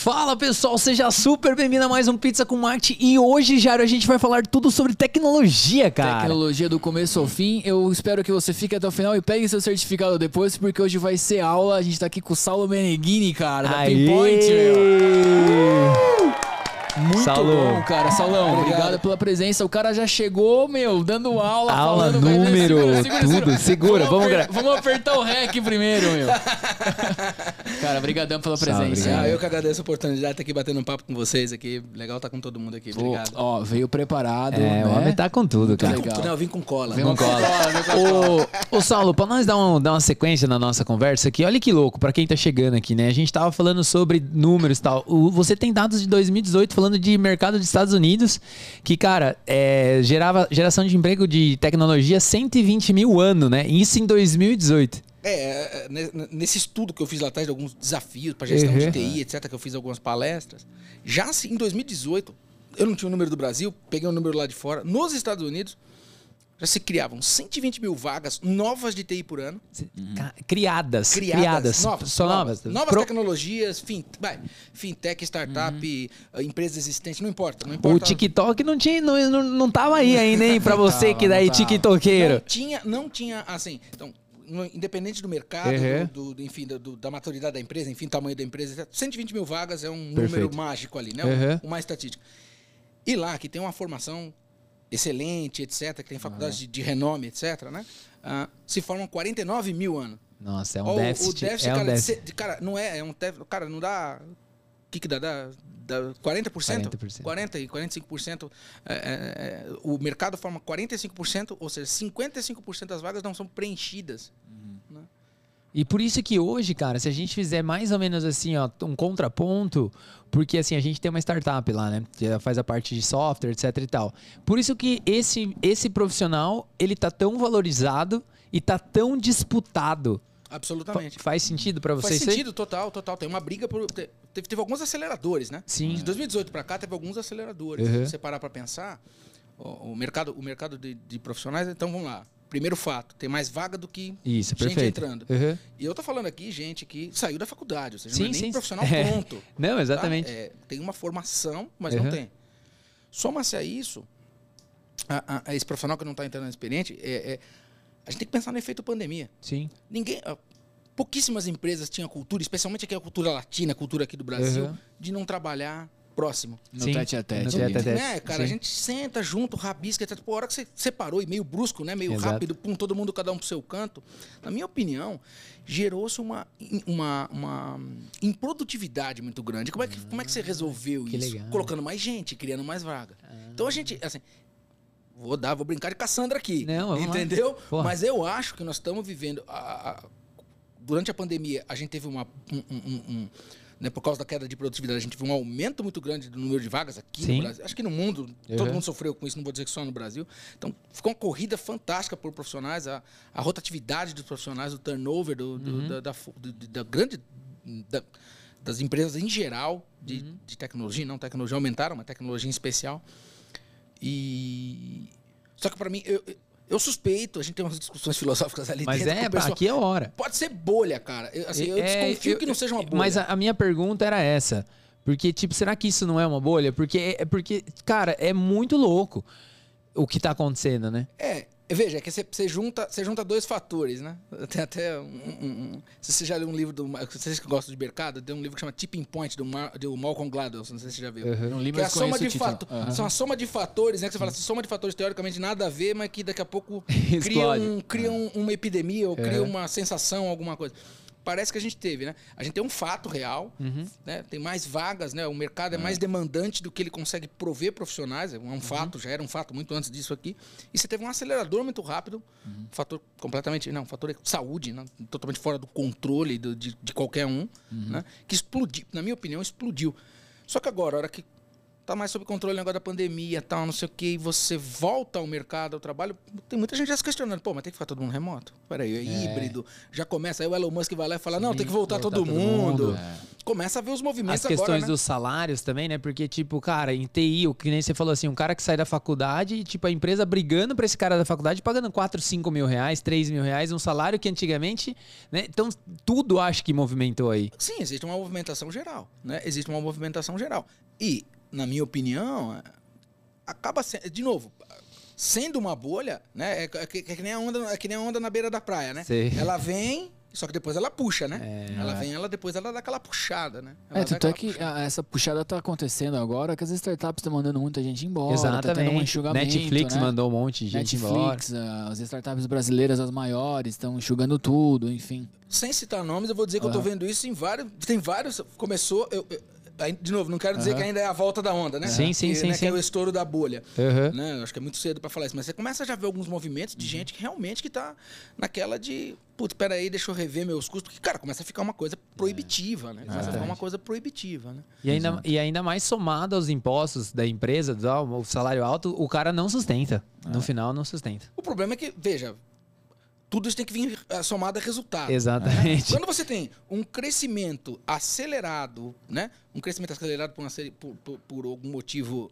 Fala pessoal, seja super bem-vindo a mais um Pizza com Marketing. E hoje, Jairo, a gente vai falar tudo sobre tecnologia, cara. Tecnologia do começo ao fim. Eu espero que você fique até o final e pegue seu certificado depois, porque hoje vai ser aula. A gente tá aqui com o Saulo Meneghini, cara, da Pinpoint, meu. Muito bom, cara. Saulão, obrigado pela presença. O cara já chegou, meu, dando aula falando... número, segura. Vamos apertar o REC primeiro, meu. Cara, brigadão pela presença. Eu que agradeço a oportunidade de estar aqui batendo um papo com vocês aqui. Legal estar com todo mundo aqui. Obrigado. Ó, veio preparado. O homem tá com tudo, cara. Eu vim com cola. Ô, Saulo, pra nós dar uma sequência na nossa conversa aqui, olha que louco, pra quem tá chegando aqui, né? A gente tava falando sobre números e tal. Você tem dados de 2018 falando de mercado dos Estados Unidos, que, cara, geração de emprego de tecnologia 120 mil ano, né? Isso em 2018. Nesse estudo que eu fiz lá atrás de alguns desafios para gestão de TI, etc., que eu fiz algumas palestras, já assim, em 2018, eu não tinha o número do Brasil, peguei o número lá de fora, nos Estados Unidos, já se criavam 120 mil vagas novas de TI por ano. Criadas. Novas tecnologias, fintech, startup, empresa existente, não importa. O TikTok não tava aí ainda, hein? Pra você que daí tiktokeiro. Não tinha, assim... Então, independente do mercado, da maturidade da empresa, enfim, tamanho da empresa, 120 mil vagas é um número mágico ali, né? Uma estatística. E lá, que tem uma formação excelente, etc., que tem faculdades de renome, etc., né? Se formam 49 mil ano. Nossa, é um déficit. O déficit, cara, não é um déficit, cara, não dá... O que dá? Dá 40%? 40 e 45%. O mercado forma 45%, ou seja, 55% das vagas não são preenchidas. Né? E por isso que hoje, cara, se a gente fizer mais ou menos assim, ó, um contraponto, porque assim, a gente tem uma startup lá, né? Que faz a parte de software, etc e tal. Por isso que esse profissional, ele tá tão valorizado e tá tão disputado. Absolutamente. Faz sentido pra vocês? Faz sentido, total. Tem uma briga por... Teve alguns aceleradores, né? Sim. De 2018 para cá, teve alguns aceleradores. Se você parar para pensar, o mercado de profissionais... Então, vamos lá. Primeiro fato, tem mais vaga do que gente entrando. E eu tô falando aqui, gente que saiu da faculdade, ou seja, não é nem profissional pronto. Não, exatamente. Tá? Tem uma formação, mas não tem. Soma-se a isso, a esse profissional que não está entrando experiente, a gente tem que pensar no efeito pandemia. Sim. Pouquíssimas empresas tinham cultura, especialmente aqui a cultura latina, a cultura aqui do Brasil, de não trabalhar próximo. No tete a tete. Cara, a gente senta junto, rabisca, etc. Pô, a hora que você separou e meio brusco, né? Meio rápido, todo mundo, cada um pro seu canto. Na minha opinião, gerou-se uma improdutividade muito grande. Como é que você resolveu isso? Legal. Colocando mais gente, criando mais vaga. Então a gente, assim... Vou brincar de Cassandra aqui. Não, entendeu? Mas eu acho que nós estamos vivendo... Durante a pandemia, a gente teve né, por causa da queda de produtividade, a gente teve um aumento muito grande do número de vagas aqui no Brasil. Acho que no mundo, todo mundo sofreu com isso, não vou dizer que só no Brasil. Então, ficou uma corrida fantástica por profissionais, a rotatividade dos profissionais, o turnover das empresas em geral, de tecnologia, não tecnologia, aumentaram, mas tecnologia em especial. Só que para mim, eu suspeito, a gente tem umas discussões filosóficas ali dentro. Mas aqui é a hora. Pode ser bolha, cara. Eu desconfio que não seja uma bolha. Mas a minha pergunta era essa. Porque, será que isso não é uma bolha? Porque, cara, é muito louco o que tá acontecendo, né? Veja, que você junta dois fatores, né? Tem até se você já leu um livro vocês que gostam de mercado, tem um livro que chama Tipping Point, do Malcolm Gladwell, não sei se você já viu. Um que é a soma de fatores. São a soma de fatores, né? Que você fala assim, soma de fatores teoricamente nada a ver, mas que daqui a pouco cria uma epidemia ou cria uma sensação, alguma coisa. Parece que a gente teve, né? A gente tem um fato real, né? Tem mais vagas, né? O mercado é mais demandante do que ele consegue prover profissionais. É um fato, já era um fato muito antes disso aqui. E você teve um acelerador muito rápido, fator fator saúde, né? Totalmente fora do controle de qualquer um, né? Que explodiu, na minha opinião, explodiu. Só que agora, a hora que tá mais sob controle o negócio da pandemia, tal, não sei o que, e você volta ao mercado, ao trabalho, tem muita gente já se questionando, pô, mas tem que ficar todo mundo remoto? Peraí, é híbrido, já começa, aí o Elon Musk vai lá e fala, não, tem que voltar todo mundo. Começa a ver os movimentos agora, as questões dos salários também, né? Porque, tipo, cara, em TI, o que nem você falou assim, um cara que sai da faculdade, tipo, a empresa brigando pra esse cara da faculdade, pagando 4, 5 mil reais, 3 mil reais, um salário que antigamente, né? Então, tudo acho que movimentou aí. Sim, existe uma movimentação geral, né? Existe uma movimentação geral. E, na minha opinião, acaba sendo, de novo, sendo uma bolha, né? É que nem a onda na beira da praia, né? Sim. Ela vem, só que depois ela puxa, né? Ela vem, depois ela dá aquela puxada, né? Tanto é que essa puxada tá acontecendo agora, que as startups estão mandando muita gente embora. Exatamente. Tá tendo um enxugamento, Netflix né? mandou um monte de gente embora. As startups brasileiras, as maiores, estão enxugando tudo, enfim. Sem citar nomes, eu vou dizer que eu tô vendo isso em vários... Tem vários... Começou... De novo, não quero dizer que ainda é a volta da onda, né? Sim. Que é o estouro da bolha. Né? Eu acho que é muito cedo pra falar isso. Mas você começa a já ver alguns movimentos de gente que realmente que tá naquela de... Putz, peraí, deixa eu rever meus custos. Porque, cara, começa a ficar uma coisa proibitiva, né? Começa a ficar uma coisa proibitiva, né? E ainda mais somado aos impostos da empresa, o salário alto, o cara não sustenta. No final, não sustenta. O problema é que, veja... Tudo isso tem que vir somado a resultado. Exatamente. Quando você tem um crescimento acelerado, né? Um crescimento acelerado por algum motivo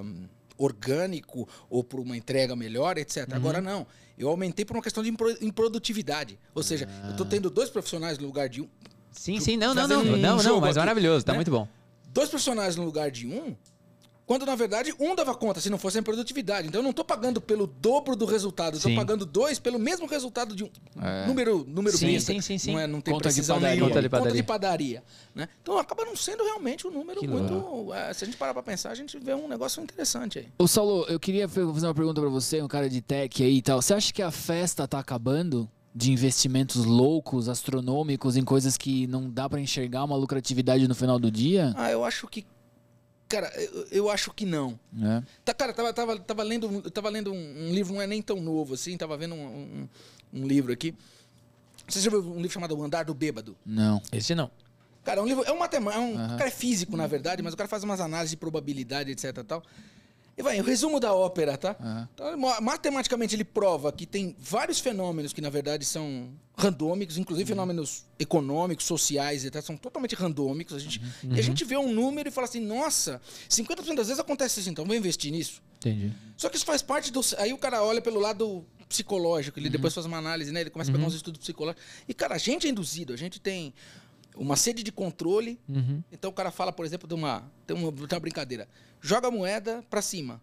orgânico ou por uma entrega melhor, etc. Agora não. Eu aumentei por uma questão de improdutividade. Ou seja, eu estou tendo 2 profissionais no lugar de um. Sim. Não, mas maravilhoso. Tá muito bom. 2 profissionais no lugar de um. Quando, na verdade, um dava conta, se não fosse a produtividade. Então, eu não estou pagando pelo dobro do resultado. Eu estou pagando 2 pelo mesmo resultado de um. Número besta. Sim. Não tem Conta precisão de padaria. nenhuma. Conta de padaria. Né? Então, acaba não sendo realmente um número muito... se a gente parar para pensar, a gente vê um negócio interessante aí. Ô, Saulo, eu queria fazer uma pergunta para você, um cara de tech aí e tal. Você acha que a festa tá acabando? De investimentos loucos, astronômicos, em coisas que não dá para enxergar uma lucratividade no final do dia? Eu acho que... Cara, eu acho que não. Cara, tava lendo um livro, não é nem tão novo assim, tava vendo um livro aqui. Você já viu um livro chamado O Andar do Bêbado? Não. Esse não. Cara, é um livro, é um matemático, o cara é físico, na verdade, mas o cara faz umas análises de probabilidade, etc e tal. E vai, o resumo da ópera, tá? Então, matematicamente ele prova que tem vários fenômenos que, na verdade, são randômicos, inclusive fenômenos econômicos, sociais, etc. São totalmente randômicos. E a gente vê um número e fala assim, nossa, 50% das vezes acontece isso, então vou investir nisso. Entendi. Só que isso faz parte do... Aí o cara olha pelo lado psicológico, ele depois faz uma análise, né? Ele começa a pegar uns estudos psicológicos. E, cara, a gente é induzido, a gente tem uma sede de controle. Então o cara fala, por exemplo, tem uma brincadeira. Joga a moeda pra cima.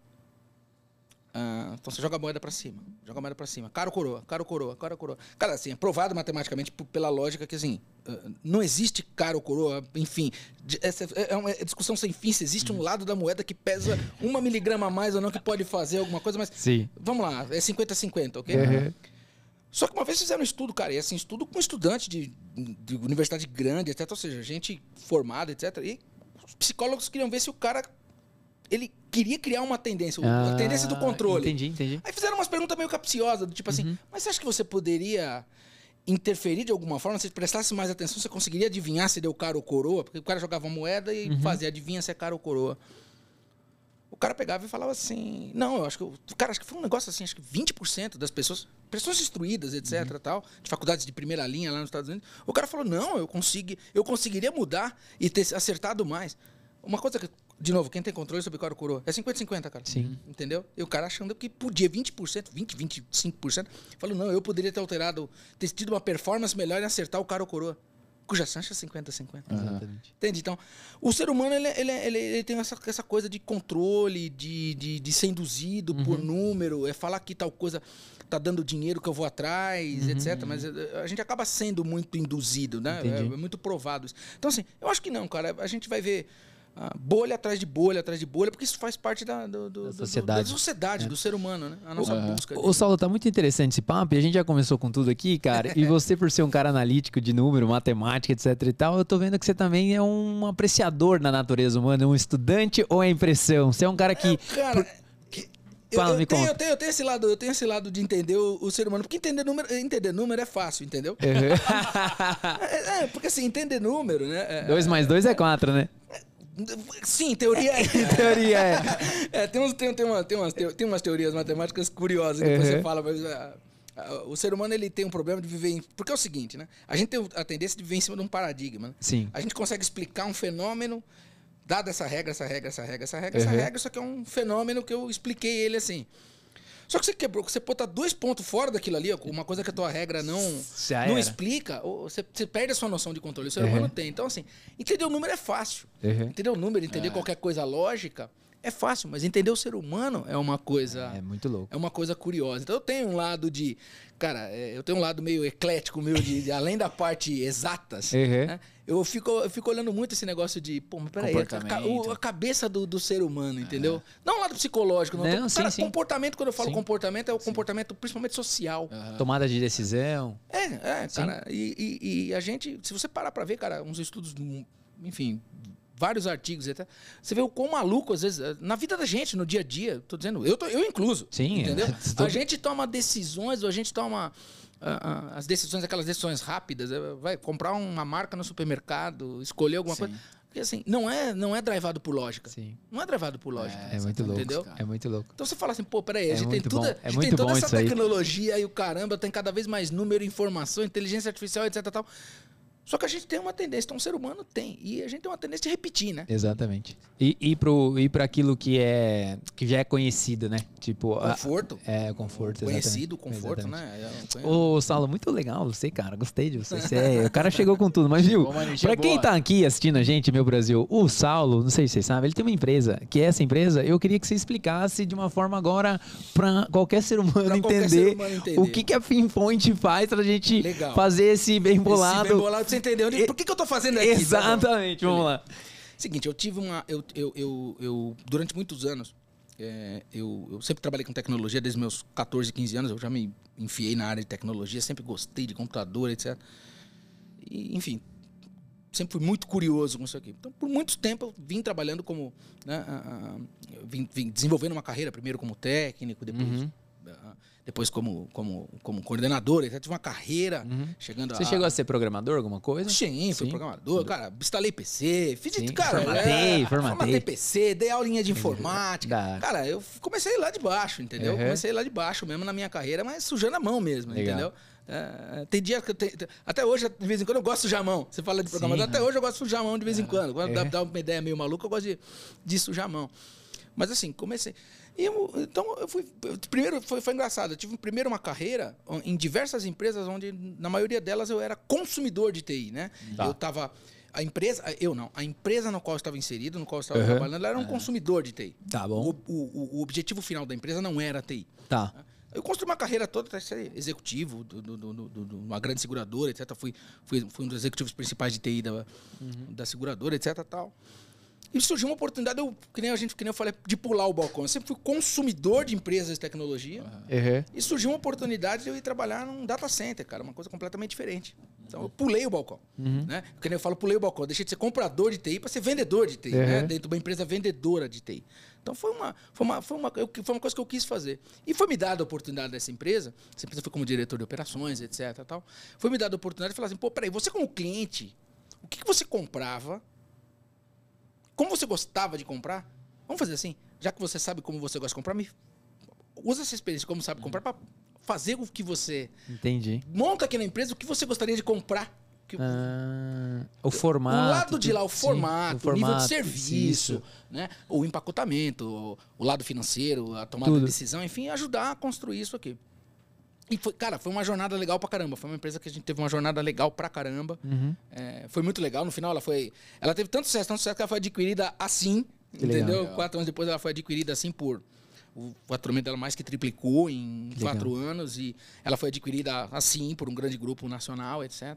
Então você joga a moeda pra cima. Cara ou coroa. Cara, assim, é provado matematicamente pela lógica que, assim, não existe cara ou coroa, enfim. Essa é uma discussão sem fim se existe um lado da moeda que pesa 1 miligrama a mais ou não, que pode fazer alguma coisa, mas... Sim. Vamos lá, é 50-50, ok? Só que uma vez fizeram um estudo, cara, e assim, estudo com estudante de universidade grande, etc. Ou seja, gente formada, etc. E os psicólogos queriam ver se o cara... Ele queria criar uma tendência, a tendência do controle. Entendi. Aí fizeram umas perguntas meio capciosas, do tipo assim, mas você acha que você poderia interferir de alguma forma? Se você prestasse mais atenção, você conseguiria adivinhar se deu cara ou coroa? Porque o cara jogava moeda e fazia, adivinha se é cara ou coroa. O cara pegava e falava assim, não, eu acho que... Cara, acho que foi um negócio assim, acho que 20% das pessoas instruídas, etc, tal, de faculdades de primeira linha lá nos Estados Unidos, o cara falou, não, eu conseguiria mudar e ter acertado mais. Uma coisa que, de novo, quem tem controle sobre cara ou coroa é 50-50, cara. Sim. Entendeu? E o cara achando que podia 20%, 25%, falou, não, eu poderia ter ter tido uma performance melhor em acertar o cara ou coroa. Cuja chance é 50-50. Exatamente. Entende? Então, o ser humano, ele tem essa coisa de controle, de ser induzido por número, é falar que tal coisa tá dando dinheiro que eu vou atrás, etc. Mas a gente acaba sendo muito induzido, né? É muito provado isso. Então, assim, eu acho que não, cara. A gente vai ver bolha atrás de bolha, porque isso faz parte da sociedade, do ser humano, né? A nossa busca. Ô, Saulo, tá muito interessante esse papo, e a gente já começou com tudo aqui, cara, e você, por ser um cara analítico de número, matemática, etc e tal, eu tô vendo que você também é um apreciador da natureza humana, um estudante ou é impressão? Você é um cara que... Eu tenho esse lado de entender o ser humano, porque entender número é fácil, entendeu? Porque assim, entender número, né? 2 mais 2 é 4, né? Sim, teoria é. Teoria é. Tem umas teorias matemáticas curiosas, depois você fala, mas o ser humano ele tem um problema de viver porque é o seguinte, né? A gente tem a tendência de viver em cima de um paradigma, né? Sim. A gente consegue explicar um fenômeno dada essa regra, só que é um fenômeno que eu expliquei ele assim. Só que você quebrou, você botar 2 pontos fora daquilo ali, uma coisa que a tua regra não explica, você perde a sua noção de controle. O ser humano tem. Então, assim, entender o número é fácil. Entender o número, entender qualquer coisa lógica é fácil, mas entender o ser humano é uma coisa... É muito louco. É uma coisa curiosa. Então, eu tenho um lado de... Cara, eu tenho um lado meio eclético, meu, de além da parte exatas, né? Eu fico olhando muito esse negócio de... Pô, mas peraí, a cabeça do ser humano, entendeu? Não o lado psicológico. Não, cara, sim. Comportamento, quando eu falo comportamento, é o comportamento principalmente social. Tomada de decisão. Cara. E a gente... Se você parar pra ver, cara, uns estudos... Enfim... Vários artigos, etc. Você vê o quão maluco, às vezes, na vida da gente, no dia a dia, tô dizendo, eu incluso. Sim. Entendeu? A gente toma decisões, a gente toma as decisões, aquelas decisões rápidas, vai comprar uma marca no supermercado, escolher alguma coisa. Porque assim, não é drivado por lógica. Sim. Não é drivado por lógica. É muito louco. Entendeu? É muito louco. Então você fala assim, pô, peraí, a gente tem toda essa tecnologia e o caramba, tem cada vez mais número, informação, inteligência artificial, etc. Tal. Só que a gente tem uma tendência, então o ser humano tem. E a gente tem uma tendência de repetir, né? Exatamente. E para aquilo que já é conhecido, né? Tipo... Conforto. Conforto, conhecido, conforto, né? Ô, Saulo, muito legal você, cara. Gostei de você. O cara chegou com tudo. Mas, viu, pra quem tá aqui assistindo a gente, meu Brasil, o Saulo, não sei se vocês sabem, ele tem uma empresa, que é essa empresa, eu queria que você explicasse de uma forma agora pra qualquer ser humano entender o que a Pinpoint faz pra gente fazer esse bem bolado. Esse bem bolado, você entendeu? Por que eu tô fazendo aqui? Exatamente, vamos lá. Seguinte, eu tive uma... Eu durante muitos anos, eu sempre trabalhei com tecnologia, desde meus 14, 15 anos, eu já me enfiei na área de tecnologia, sempre gostei de computador, etc. E, enfim, sempre fui muito curioso com isso aqui. Então, por muito tempo, eu vim trabalhando como... Né, vim desenvolvendo uma carreira, primeiro como técnico, depois como coordenador, eu tive uma carreira chegando Você chegou a ser programador, alguma coisa? Sim, fui programador, cara, instalei PC, fiz de cara, formatei PC, dei aulinha de informática. Cara, eu comecei lá de baixo, entendeu? Comecei lá de baixo mesmo na minha carreira, mas sujando a mão mesmo, entendeu? Tem dia que até hoje, de vez em quando, eu gosto de sujar a mão. Você fala de programador, até hoje eu gosto de sujar a mão de vez em quando. Quando dá uma ideia meio maluca, eu gosto de sujar a mão. Mas assim, comecei. Então, primeiro foi engraçado. Eu tive primeiro uma carreira em diversas empresas, onde na maioria delas eu era consumidor de TI, né? Eu estava... A empresa na qual eu estava inserido, no qual eu estava trabalhando, ela era um consumidor de TI. Tá bom. O objetivo final da empresa não era TI. Tá. Eu construí uma carreira toda até ser executivo de uma grande seguradora, etc. Fui um dos executivos principais de TI da seguradora, etc. Tal. E surgiu uma oportunidade, que nem eu falei, de pular o balcão. Eu sempre fui consumidor de empresas de tecnologia. E surgiu uma oportunidade de eu ir trabalhar num data center, cara. Uma coisa completamente diferente. Então, eu pulei o balcão. Né? Que nem eu falo, pulei o balcão. Eu deixei de ser comprador de TI para ser vendedor de TI. Né? Dentro de uma empresa vendedora de TI. Então, foi uma coisa que eu quis fazer. E foi me dada a oportunidade dessa empresa. Essa empresa foi como diretor de operações, etc. Tal. Foi me dada a oportunidade de falar assim, pô, peraí, você como cliente, o que você comprava? Como você gostava de comprar? Vamos fazer assim? Já que você sabe como você gosta de comprar, usa essa experiência como sabe comprar para fazer o que você... Entendi. Monta aqui na empresa o que você gostaria de comprar. O formato. O lado de lá, o formato, o nível de serviço, né? O empacotamento, o lado financeiro, a tomada de decisão, enfim, ajudar a construir isso aqui. E foi uma jornada legal pra caramba. Foi uma empresa que a gente teve uma jornada legal pra caramba. Foi muito legal. No final, ela teve tanto sucesso que ela foi adquirida assim. Que entendeu? Legal. 4 anos depois, ela foi adquirida assim por... O faturamento dela mais que triplicou em 4 anos. E ela foi adquirida assim por um grande grupo nacional, etc.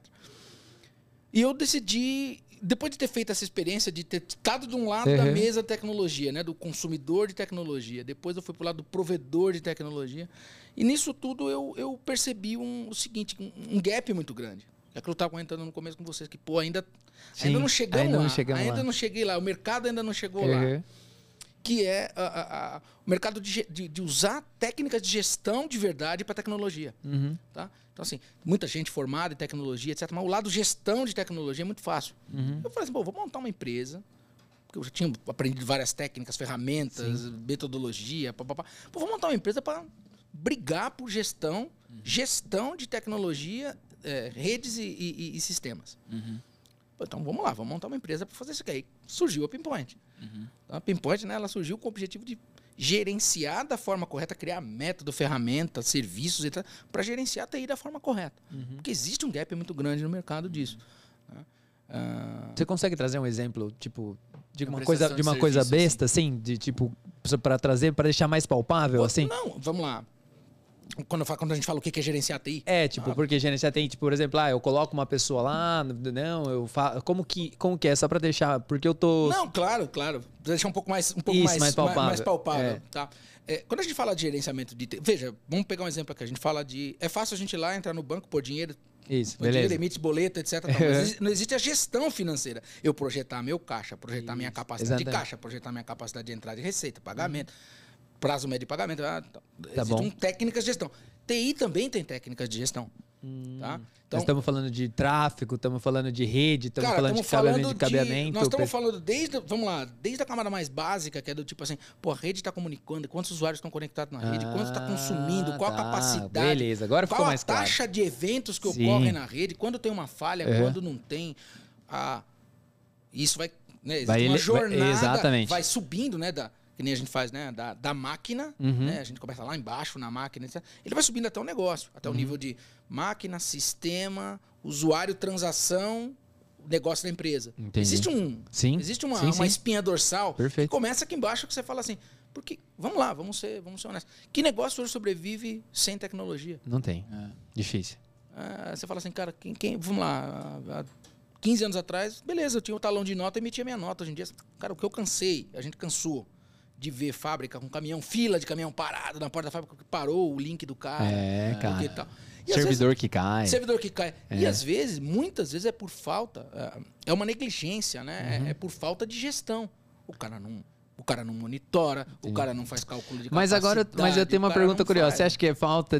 E eu decidi... Depois de ter feito essa experiência, de ter estado de um lado da mesa de tecnologia, né? Do consumidor de tecnologia. Depois eu fui pro lado do provedor de tecnologia. E nisso tudo eu percebi o seguinte, um gap muito grande. É que eu estava comentando no começo com vocês, que pô, ainda não chegamos lá. Ainda não cheguei lá. O mercado ainda não chegou lá. Que é o mercado de usar técnicas de gestão de verdade para tecnologia. Tá? Então, assim, muita gente formada em tecnologia, etc. Mas o lado gestão de tecnologia é muito fácil. Eu falei assim, vou montar uma empresa porque eu já tinha aprendido várias técnicas, ferramentas, metodologia, papapá. Pô, vou montar uma empresa para brigar por gestão de tecnologia, redes e sistemas. Então vamos lá, vamos montar uma empresa para fazer isso aqui. Aí surgiu a Pinpoint. Então, a Pinpoint, né, ela surgiu com o objetivo de gerenciar da forma correta, criar método, ferramentas, serviços, etc., para gerenciar a TI da forma correta. Porque existe um gap muito grande no mercado disso. Você consegue trazer um exemplo, tipo, de uma coisa besta, assim, de tipo, para trazer, para deixar mais palpável, assim? Não, vamos lá. Quando a gente fala o que é gerenciar a TI. Porque gerenciar TI, tipo, por exemplo, eu coloco uma pessoa lá, não, eu faço. Como que é? Só pra deixar. Porque eu tô. Não, claro. Deixar um pouco mais palpável. Mais palpável, tá? Quando a gente fala de gerenciamento de TI. Veja, vamos pegar um exemplo aqui. A gente fala de. É fácil a gente ir lá, entrar no banco, pôr dinheiro. Isso, beleza. Dinheiro, limite, boleto, etc. Não existe a gestão financeira. Eu projetar meu caixa, projetar minha capacidade de caixa, projetar minha capacidade de entrada de receita, pagamento. Prazo médio de pagamento. Existem técnicas de gestão. TI também tem técnicas de gestão. Tá? Então, nós estamos falando de tráfego, estamos falando de rede, estamos falando de cabeamento. Nós estamos falando desde a camada mais básica, que é do tipo assim, a rede está comunicando, quantos usuários estão conectados na rede, quanto está consumindo, qual a capacidade, beleza, agora ficou mais claro. Qual a taxa de eventos que ocorrem na rede, quando tem uma falha, quando não tem. Isso vai... Né, uma jornada, vai subindo, né, que nem a gente faz, né? Da máquina, né? A gente começa lá embaixo na máquina, etc. Ele vai subindo até o negócio, até o nível de máquina, sistema, usuário, transação, negócio da empresa. Entendi. Existe uma espinha dorsal. Perfeito. Que começa aqui embaixo que você fala assim, porque, vamos lá, vamos ser honestos. Que negócio hoje sobrevive sem tecnologia? Não tem. Difícil. Você fala assim, cara, vamos lá, há 15 anos atrás, beleza, eu tinha o talão de nota e emitia minha nota. Hoje em dia, cara, o que eu cansei, a gente cansou de ver fábrica com caminhão, fila de caminhão parado na porta da fábrica, que parou o link do cara. Cara. E tal. Servidor que cai. E às vezes, muitas vezes é por falta, é uma negligência, né? É por falta de gestão. O cara não monitora, o cara não faz cálculo de capacidade. Mas eu tenho uma pergunta curiosa. Você acha que é falta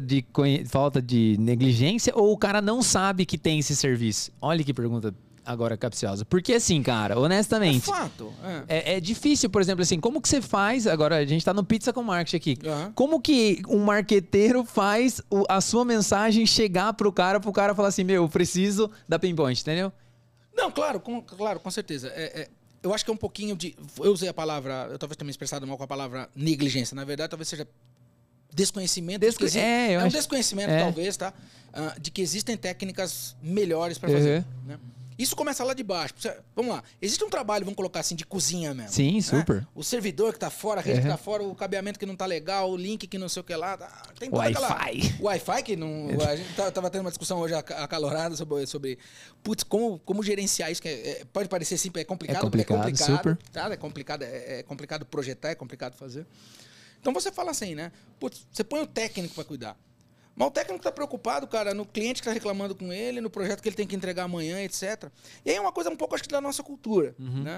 de negligência ou o cara não sabe que tem esse serviço? Olha que pergunta agora capciosa. Porque assim, cara, honestamente... É fato. É difícil, por exemplo, assim, como que você faz... Agora, a gente tá no Pizza com Marketing aqui. Como que um marqueteiro faz a sua mensagem chegar pro cara falar assim, eu preciso da Pinpoint, entendeu? Não, claro, com certeza. Eu acho que é um pouquinho de... Eu usei a palavra... Eu talvez tenha me expressado mal com a palavra negligência. Na verdade, talvez seja desconhecimento. Um desconhecimento, talvez, tá? De que existem técnicas melhores para fazer, né? Isso começa lá de baixo. Vamos lá. Existe um trabalho, vamos colocar assim, de cozinha mesmo. Sim, super. Né? O servidor que tá fora, a rede que tá fora, o cabeamento que não tá legal, o link que não sei o que lá. Tem toda Wi-Fi. O Wi-Fi que não... A gente tava tendo uma discussão hoje acalorada sobre putz, como gerenciar isso. Que pode parecer simples, é complicado. É complicado, super. Tá? É complicado projetar, é complicado fazer. Então você fala assim, né? Putz, você põe o técnico para cuidar. Mas o técnico está preocupado, cara, no cliente que está reclamando com ele, no projeto que ele tem que entregar amanhã, etc. E aí é uma coisa um pouco, acho que, da nossa cultura, né?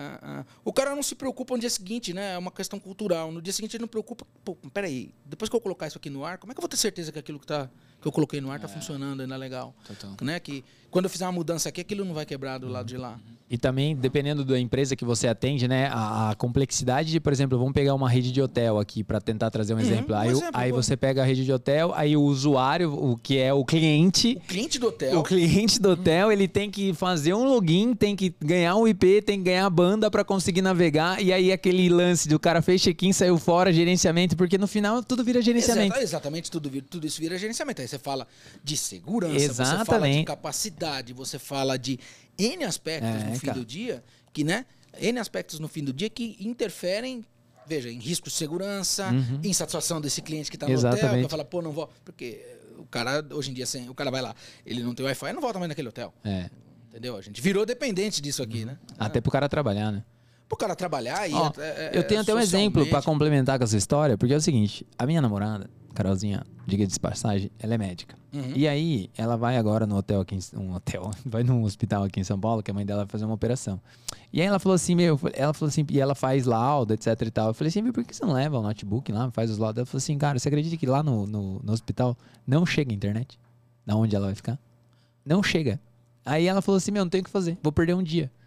O cara não se preocupa no dia seguinte, né? É uma questão cultural. No dia seguinte ele não preocupa. Pô, peraí, depois que eu colocar isso aqui no ar, como é que eu vou ter certeza que aquilo que eu coloquei no ar está funcionando, ainda legal? Total. Né? Que quando eu fizer uma mudança aqui, aquilo não vai quebrar do lado de lá. E também, dependendo da empresa que você atende, né? A complexidade de, por exemplo, vamos pegar uma rede de hotel aqui para tentar trazer um exemplo. Aí você pega a rede de hotel, aí o usuário, o que é o cliente... O cliente do hotel. O cliente do hotel, ele tem que fazer um login, tem que ganhar um IP, tem que ganhar a banda para conseguir navegar. E aí aquele lance do cara fez check-in, saiu fora, gerenciamento, porque no final tudo vira gerenciamento. Exatamente, tudo isso vira gerenciamento. Aí você fala de segurança, você fala de capacidade, você fala de N aspectos no fim do dia, que, né? N aspectos no fim do dia que interferem, veja, em risco de segurança, em satisfação desse cliente que está no hotel, que fala, pô, não vou. Porque o cara, hoje em dia, o cara vai lá, ele não tem Wi-Fi, não volta mais naquele hotel. Entendeu? A gente virou dependente disso aqui, né? Até pro cara trabalhar, né? Pro cara trabalhar e... eu tenho até um exemplo para complementar com essa história, porque é o seguinte, a minha namorada, Carolzinha, diga de passagem, ela é médica. E aí, ela vai agora no hotel aqui, vai num hospital aqui em São Paulo, que a mãe dela vai fazer uma operação. E aí ela falou assim, e ela faz laudo, etc e tal. Eu falei assim, por que você não leva o notebook lá, faz os laudos? Ela falou assim, cara, você acredita que lá no hospital não chega a internet? Da onde ela vai ficar? Não chega. Aí ela falou assim, não tem o que fazer, vou perder um dia.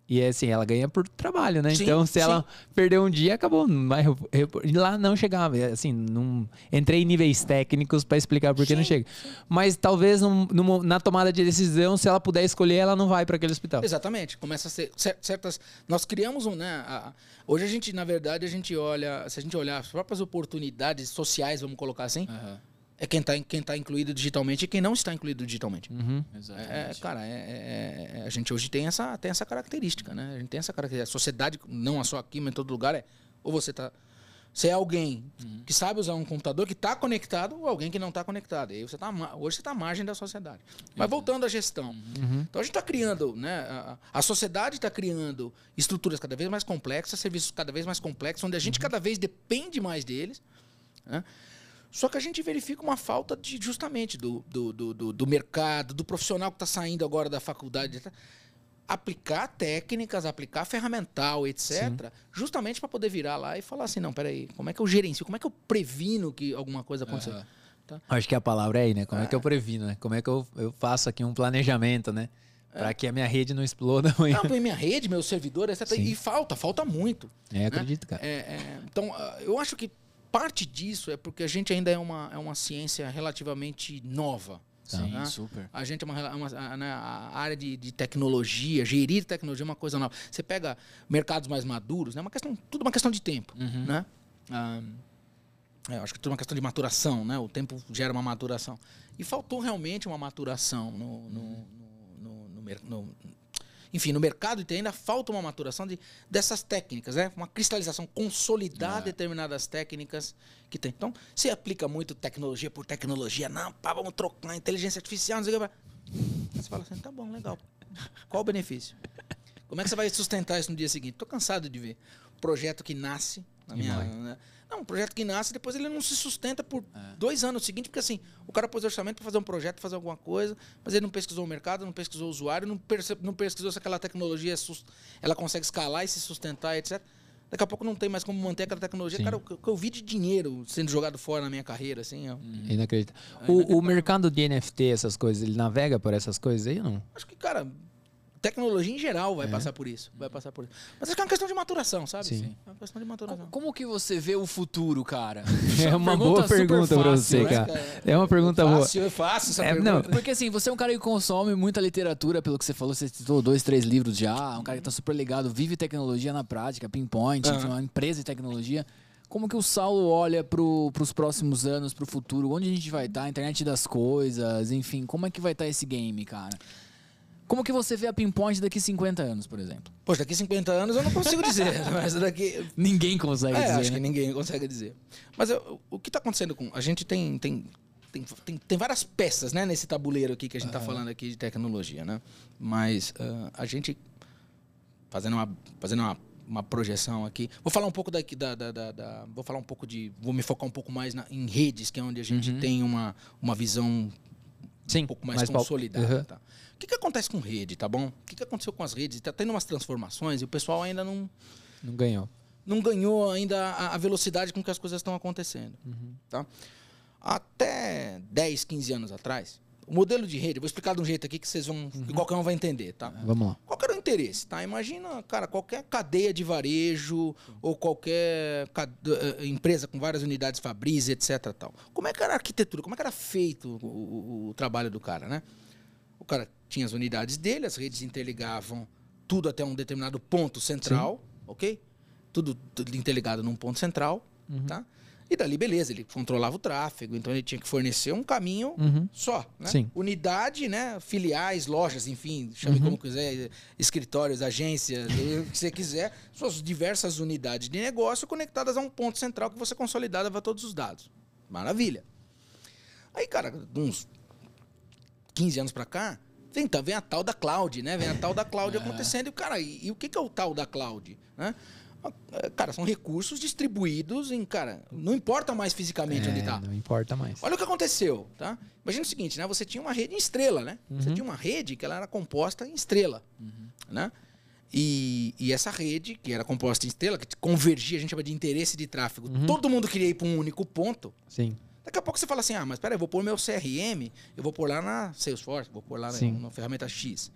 E assim, ela ganha por trabalho, né? Sim, então, se ela perder um dia, acabou. Não vai e lá não chegava. Assim, não entrei em níveis técnicos para explicar por que não chega. Mas talvez na tomada de decisão, se ela puder escolher, ela não vai para aquele hospital. Exatamente. Começa a ser certas... Nós criamos né? Hoje a gente, na verdade, a gente olha... Se a gente olhar as próprias oportunidades sociais, vamos colocar assim... É quem tá incluído digitalmente e quem não está incluído digitalmente. Exatamente. Cara, a gente hoje tem essa característica, né? A gente tem essa característica. A sociedade, não só aqui, mas em todo lugar, ou você é alguém que sabe usar um computador, que está conectado, ou alguém que não está conectado. E aí hoje você está à margem da sociedade. Mas voltando à gestão. Então a gente está criando, né? A sociedade está criando estruturas cada vez mais complexas, serviços cada vez mais complexos, onde a gente cada vez depende mais deles, né? Só que a gente verifica uma falta justamente do mercado, do profissional que está saindo agora da faculdade, aplicar técnicas, aplicar ferramental, etc., justamente para poder virar lá e falar assim, não, peraí, como é que eu gerencio, como é que eu previno que alguma coisa aconteça? Tá? Acho que a palavra é aí, né? Como é que eu previno, né? Como é que eu faço aqui um planejamento, né? Para que a minha rede não exploda amanhã. Não, minha rede, meu servidor, etc. Sim. E falta muito. Acredito, cara. Então, eu acho que parte disso é porque a gente ainda é uma ciência relativamente nova. Sim, né? super. A gente a área de tecnologia, gerir tecnologia é uma coisa nova. Você pega mercados mais maduros, né? Tudo uma questão de tempo. Né? Eu acho que tudo uma questão de maturação, né? O tempo gera uma maturação. E faltou realmente uma maturação enfim, no mercado e ainda falta uma maturação dessas técnicas, né? Uma cristalização, consolidar determinadas técnicas que tem. Então, se aplica muito tecnologia por tecnologia, não, vamos trocar inteligência artificial, não sei o que. Aí você fala assim, tá bom, legal. Qual o benefício? Como é que você vai sustentar isso no dia seguinte? Tô cansado de ver projeto que nasce na minha... Não, um projeto que nasce, depois ele não se sustenta por 2 anos seguintes, porque assim, o cara pôs orçamento para fazer um projeto, fazer alguma coisa, mas ele não pesquisou o mercado, não pesquisou o usuário, não pesquisou se aquela tecnologia ela consegue escalar e se sustentar, etc. Daqui a pouco não tem mais como manter aquela tecnologia. Sim. Cara, o que eu vi de dinheiro sendo jogado fora na minha carreira, assim... Inacreditável. O mercado de NFT, essas coisas, ele navega por essas coisas aí ou não? Acho que, cara... Tecnologia em geral vai passar por isso. Vai passar por isso. Mas acho que é uma questão de maturação, sabe? Sim. É uma questão de maturação. Como que você vê o futuro, cara? É uma boa pergunta pra você, cara. É uma pergunta boa. É fácil essa pergunta. Não. Porque assim, você é um cara que consome muita literatura, pelo que você falou, você citou 2, 3 livros já, um cara que tá super ligado, vive tecnologia na prática, Pinpoint, enfim, uma empresa de tecnologia. Como que o Saulo olha pros próximos anos, pro futuro? Onde a gente vai estar? Internet das coisas, enfim, como é que vai estar esse game, cara? Como que você vê a Pinpoint daqui 50 anos, por exemplo? Poxa, daqui 50 anos eu não consigo dizer, mas daqui... Ninguém consegue dizer, acho que ninguém consegue dizer. Mas o que está acontecendo com... A gente tem várias peças, né, nesse tabuleiro aqui que a gente está falando aqui de tecnologia, né? Mas a gente, fazendo uma projeção aqui... Vou falar um pouco vou me focar um pouco mais em redes, que é onde a gente tem uma visão um pouco mais consolidada, tá? O que acontece com rede, tá bom? O que aconteceu com as redes? Está tendo umas transformações e o pessoal ainda não ganhou. Não ganhou ainda a velocidade com que as coisas estão acontecendo. Tá? Até 10, 15 anos atrás, o modelo de rede, vou explicar de um jeito aqui que vocês vão, que qualquer um vai entender, tá? Vamos lá. Qual que era o interesse, tá? Imagina, cara, qualquer cadeia de varejo ou qualquer empresa com várias unidades Fabris, etc. Tal. Como é que era a arquitetura? Como é que era feito o trabalho do cara, né? O cara tinha as unidades dele, as redes interligavam tudo até um determinado ponto central, ok? Tudo interligado num ponto central, tá? E dali, beleza, ele controlava o tráfego, então ele tinha que fornecer um caminho só, né? Sim. Unidade, né? Filiais, lojas, enfim, chame como quiser, escritórios, agências, o que você quiser, suas diversas unidades de negócio conectadas a um ponto central que você consolidava todos os dados. Maravilha. Aí, cara, uns 15 anos pra cá, vem a tal da cloud, né? Vem a tal da cloud acontecendo. E, cara, e o que é o tal da cloud? Né? Cara, são recursos distribuídos em... Cara, não importa mais fisicamente onde tá. Não importa mais. Olha o que aconteceu, tá? Imagina o seguinte, né? Você tinha uma rede em estrela, né? Você tinha uma rede que ela era composta em estrela, né? E essa rede, que era composta em estrela, que convergia, a gente chama de interesse de tráfego. Todo mundo queria ir para um único ponto. Sim. Daqui a pouco você fala assim, mas peraí, eu vou pôr meu CRM, eu vou pôr lá na Salesforce, vou pôr lá na ferramenta X.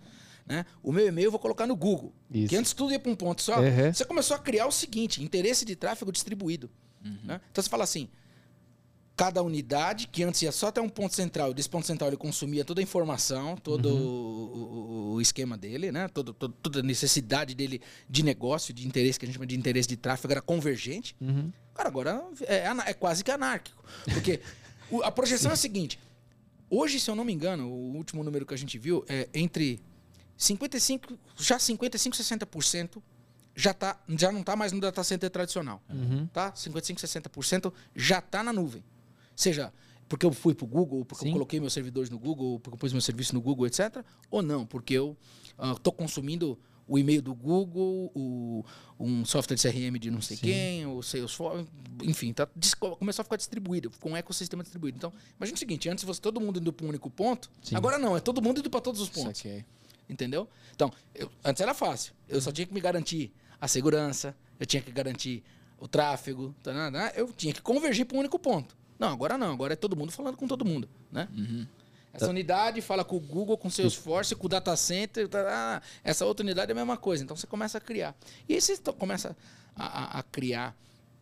né? O meu e-mail eu vou colocar no Google. Isso. Que antes tudo ia para um ponto só. Você começou a criar o seguinte, interesse de tráfego distribuído. Né? Então você fala assim, cada unidade, que antes ia só até um ponto central, e desse ponto central ele consumia toda a informação, todo o esquema dele, né? Toda a necessidade dele de negócio, de interesse, que a gente chama de interesse de tráfego, era convergente. Cara, agora é quase que anárquico. Porque a projeção é a seguinte, hoje, se eu não me engano, o último número que a gente viu é entre 55 e 60% já não está mais no data center tradicional. Tá? 55, 60% já está na nuvem. Seja porque eu fui para o Google, porque eu coloquei meus servidores no Google, porque eu pus meu serviço no Google, etc. Ou não, porque eu estou consumindo o e-mail do Google, um software de CRM de não sei quem, o Salesforce, enfim, começou a ficar distribuído, com um ecossistema distribuído. Então, imagina o seguinte, antes fosse todo mundo indo para um único ponto, agora não, é todo mundo indo para todos os pontos. Entendeu? Então, antes era fácil, eu só tinha que me garantir a segurança, eu tinha que garantir o tráfego, eu tinha que convergir para um único ponto. Não, agora é todo mundo falando com todo mundo, né? Essa unidade fala com o Google, com o Salesforce, com o data center, essa outra unidade é a mesma coisa. Então você começa a criar. E aí você começa a criar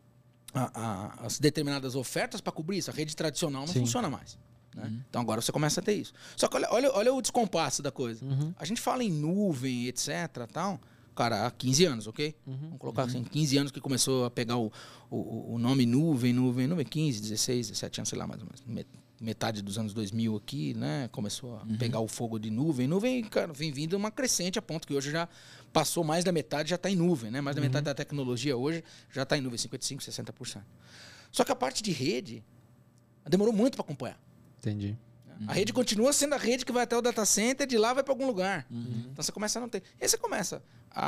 as determinadas ofertas para cobrir isso. A rede tradicional não funciona mais. Né? Então agora você começa a ter isso. Só que olha o descompasso da coisa. A gente fala em nuvem, etc. Tal. Cara, há 15 anos, ok? Vamos colocar assim, 15 anos que começou a pegar o nome nuvem, 15, 16, 17 anos, sei lá, mais ou menos. Metade dos anos 2000 aqui, né? Começou a pegar o fogo de nuvem. Nuvem, cara, vem vindo uma crescente a ponto que hoje já passou mais da metade, já está em nuvem, né? Mais da metade da tecnologia hoje já está em nuvem, 55%, 60%. Só que a parte de rede demorou muito para acompanhar. Entendi. A rede continua sendo a rede que vai até o data center, de lá vai para algum lugar. Então você começa a não ter. E aí você começa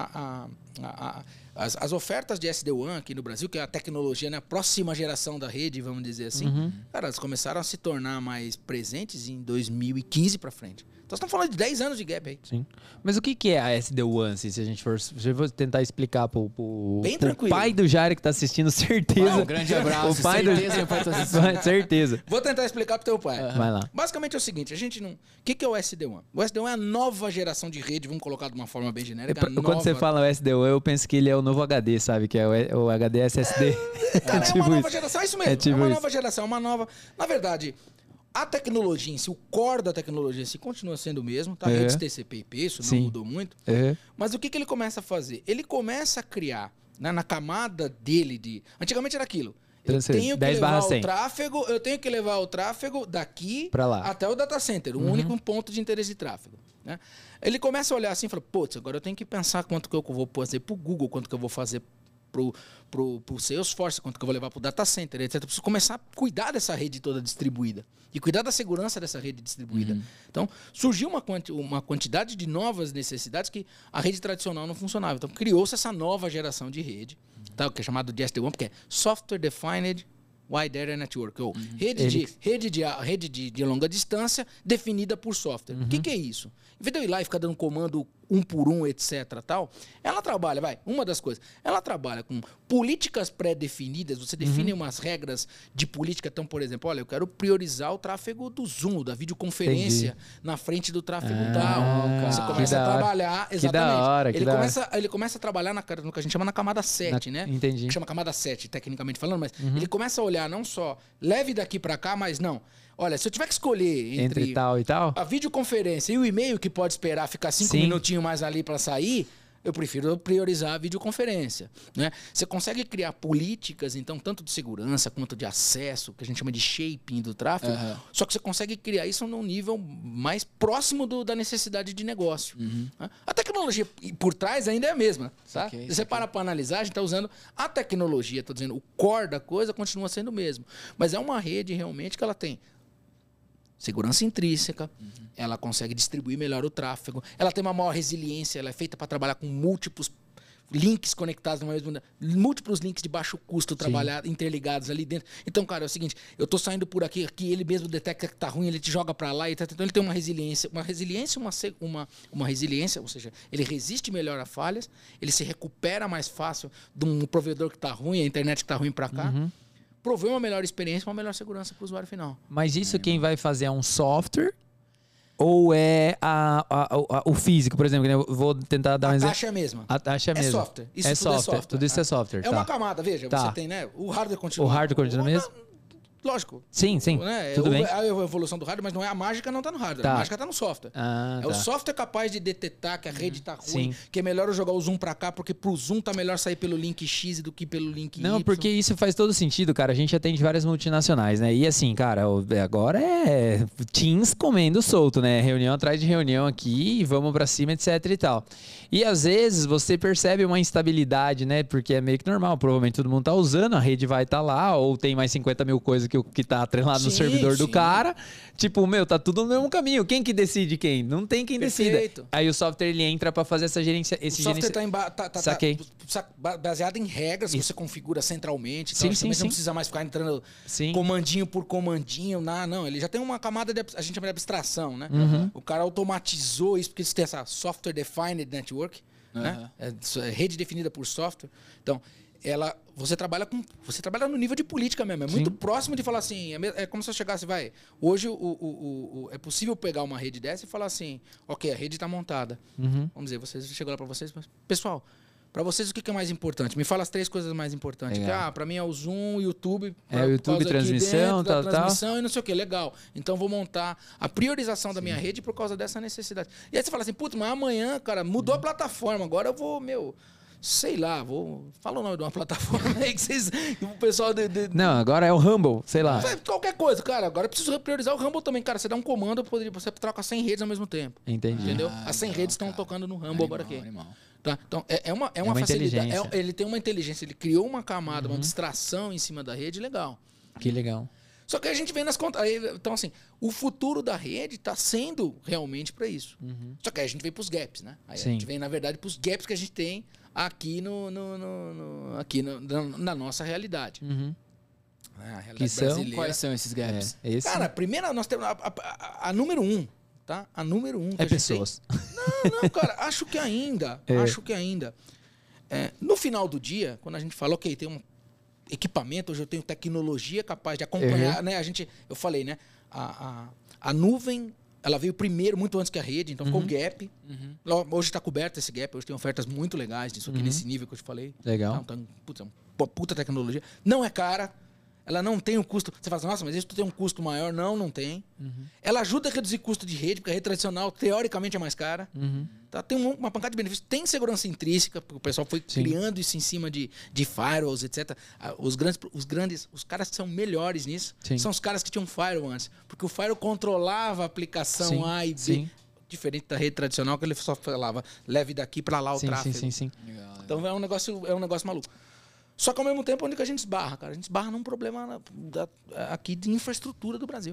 as ofertas de SD-WAN aqui no Brasil, que é a tecnologia, né, a próxima geração da rede, vamos dizer assim, cara, elas começaram a se tornar mais presentes em 2015 para frente. Então estamos falando de 10 anos de gap aí. Sim. Mas o que é a SD-WAN, assim, se a gente for tentar explicar pro pai do Jair que tá assistindo, certeza. Um grande abraço. O pai certeza, do... certeza. Vou tentar explicar pro teu pai. Vai lá. Basicamente é o seguinte, a gente não... O que é o SD-WAN? O SD-WAN é a nova geração de rede, vamos colocar de uma forma bem genérica. Quando você fala o SD-WAN, eu penso que ele é o novo HD, sabe? Que é o HD SSD. Cara, é uma nova geração, é isso mesmo. É uma nova geração, uma nova... Na verdade... A tecnologia em si, o core da tecnologia em si continua sendo o mesmo, tá? Redes TCP/IP, isso não mudou muito. Mas o que ele começa a fazer? Ele começa a criar, né, na camada dele de... Antigamente era aquilo. Eu tenho que levar o tráfego daqui pra lá, até o data center, um único ponto de interesse de tráfego. Né? Ele começa a olhar assim e fala, putz, agora eu tenho que pensar quanto que eu vou fazer pro Google, quanto que eu vou fazer pro Salesforce, quanto que eu vou levar pro data center, etc. Eu preciso começar a cuidar dessa rede toda distribuída e cuidar da segurança dessa rede distribuída. Então, surgiu uma quantidade de novas necessidades que a rede tradicional não funcionava. Então, criou-se essa nova geração de rede, tá? O que é chamado de SD-WAN, porque é Software Defined Wide Area Network, ou rede de longa distância definida por software. O que é isso? Em vez de eu ir lá e ficar dando comando um por um, etc. tal, ela trabalha, uma das coisas, ela trabalha com políticas pré-definidas, você define umas regras de política, então, por exemplo, olha, eu quero priorizar o tráfego do Zoom, da videoconferência, na frente do tráfego tal. Você começa a trabalhar, exatamente. Que da hora, ele começa a trabalhar no que a gente chama na camada 7, né? Entendi. Que chama camada 7, tecnicamente falando, mas ele começa a olhar não só leve daqui para cá, mas não. Olha, se eu tiver que escolher entre tal e tal, a videoconferência e o e-mail que pode esperar ficar 5 minutinhos mais ali para sair, eu prefiro priorizar a videoconferência. Né? Você consegue criar políticas, então, tanto de segurança quanto de acesso, que a gente chama de shaping do tráfego, só que você consegue criar isso num nível mais próximo da necessidade de negócio. Né? A tecnologia por trás ainda é a mesma. Tá? Se você para analisar, a gente está usando a tecnologia, estou dizendo, o core da coisa continua sendo o mesmo. Mas é uma rede realmente que ela tem segurança intrínseca, ela consegue distribuir melhor o tráfego, ela tem uma maior resiliência, ela é feita para trabalhar com múltiplos links conectados numa mesma, múltiplos links de baixo custo interligados ali dentro. Então, cara, é o seguinte, eu tô saindo por aqui ele mesmo detecta que tá ruim, ele te joga para lá, então ele tem uma resiliência, ou seja, ele resiste melhor a falhas, ele se recupera mais fácil de um provedor que tá ruim, a internet que tá ruim para cá. Prover uma melhor experiência, uma melhor segurança para o usuário final. Mas isso quem vai fazer é um software Ou é o físico, por exemplo? Eu vou tentar dar um exemplo. A taxa é a mesma. A taxa é a mesma. Software. Isso tudo é software. Tudo isso é software. É uma camada, veja. Você tem, né? O hardware continua. O hardware continua mesmo? Lógico. Sim. Né? Tudo bem. A evolução do hardware, mas não é a mágica, não tá no hardware. A mágica tá no software. O software capaz de detectar que a rede tá ruim, que é melhor eu jogar o zoom pra cá, porque pro zoom tá melhor sair pelo link X do que pelo link Y. Não, porque isso faz todo sentido, cara. A gente atende várias multinacionais, né? E assim, cara, agora é Teams comendo solto, né? Reunião atrás de reunião aqui, vamos pra cima, etc e tal. E às vezes você percebe uma instabilidade, né? Porque é meio que normal. Provavelmente todo mundo tá usando, a rede vai estar lá, ou tem mais 50 mil coisas que tá atrelado no servidor do cara. Tipo, tá tudo no mesmo caminho. Quem que decide quem? Não tem quem decida. Aí o software, ele entra pra fazer essa gerência. O software tá baseado em regras que você configura centralmente. Então você não precisa mais ficar entrando comandinho por comandinho. Não, ele já tem uma camada a gente chama de abstração, né? O cara automatizou isso, porque isso tem essa Software Defined Network, né? É rede definida por software. Então, você trabalha no nível de política mesmo. É muito próximo de falar assim. É como se eu chegasse, hoje é possível pegar uma rede dessa e falar assim, ok, a rede está montada. Vamos dizer, você chegou lá para vocês, pessoal, para vocês o que é mais importante? Me fala as 3 coisas mais importantes. Para mim é o Zoom, o YouTube. O YouTube, transmissão, transmissão e não sei o que. Legal. Então vou montar a priorização da minha rede por causa dessa necessidade. E aí você fala assim, putz, mas amanhã, cara, mudou a plataforma. Agora eu vou, sei lá, fala o nome de uma plataforma aí que o pessoal... Não, agora é o Rumble, sei lá. Qualquer coisa, cara. Agora eu preciso priorizar o Rumble também. Cara, você dá um comando, você troca 100 redes ao mesmo tempo. Entendi. Entendeu? As 100 redes estão tocando no Rumble agora aqui. Tá? Então, é uma facilidade. Ele tem uma inteligência, ele criou uma camada, uma abstração em cima da rede legal. Que legal. Só que a gente vem nas contas. Então, assim, o futuro da rede está sendo realmente para isso. Só que aí a gente vem para os gaps, né? Aí a gente vem, na verdade, para os gaps que a gente tem aqui na nossa realidade. A realidade brasileira. Quais são esses gaps? Cara, primeiro nós temos a número 1. Tá? A número 1 é pessoas. Não, cara, acho que ainda. No final do dia, quando a gente fala, ok, tem um equipamento, hoje eu tenho tecnologia capaz de acompanhar, né? Eu falei, né? A nuvem, ela veio primeiro, muito antes que a rede, então ficou o gap. Hoje está coberto esse gap, hoje tem ofertas muito legais disso aqui, nesse nível que eu te falei. Legal. Então, putz, é uma puta tecnologia. Não é cara. Ela não tem um custo... Você fala assim, nossa, mas isso tem um custo maior. Não tem. Ela ajuda a reduzir custo de rede, porque a rede tradicional, teoricamente, é mais cara. Tá? Tem uma pancada de benefícios. Tem segurança intrínseca, porque o pessoal foi criando isso em cima de firewalls, etc. Os caras que são melhores nisso são os caras que tinham firewall antes. Porque o firewall controlava a aplicação A e B. Diferente da rede tradicional, que ele só falava, leve daqui para lá o tráfego. Legal. Então é um negócio maluco. Só que ao mesmo tempo, onde que a gente esbarra, cara? A gente esbarra num problema aqui de infraestrutura do Brasil.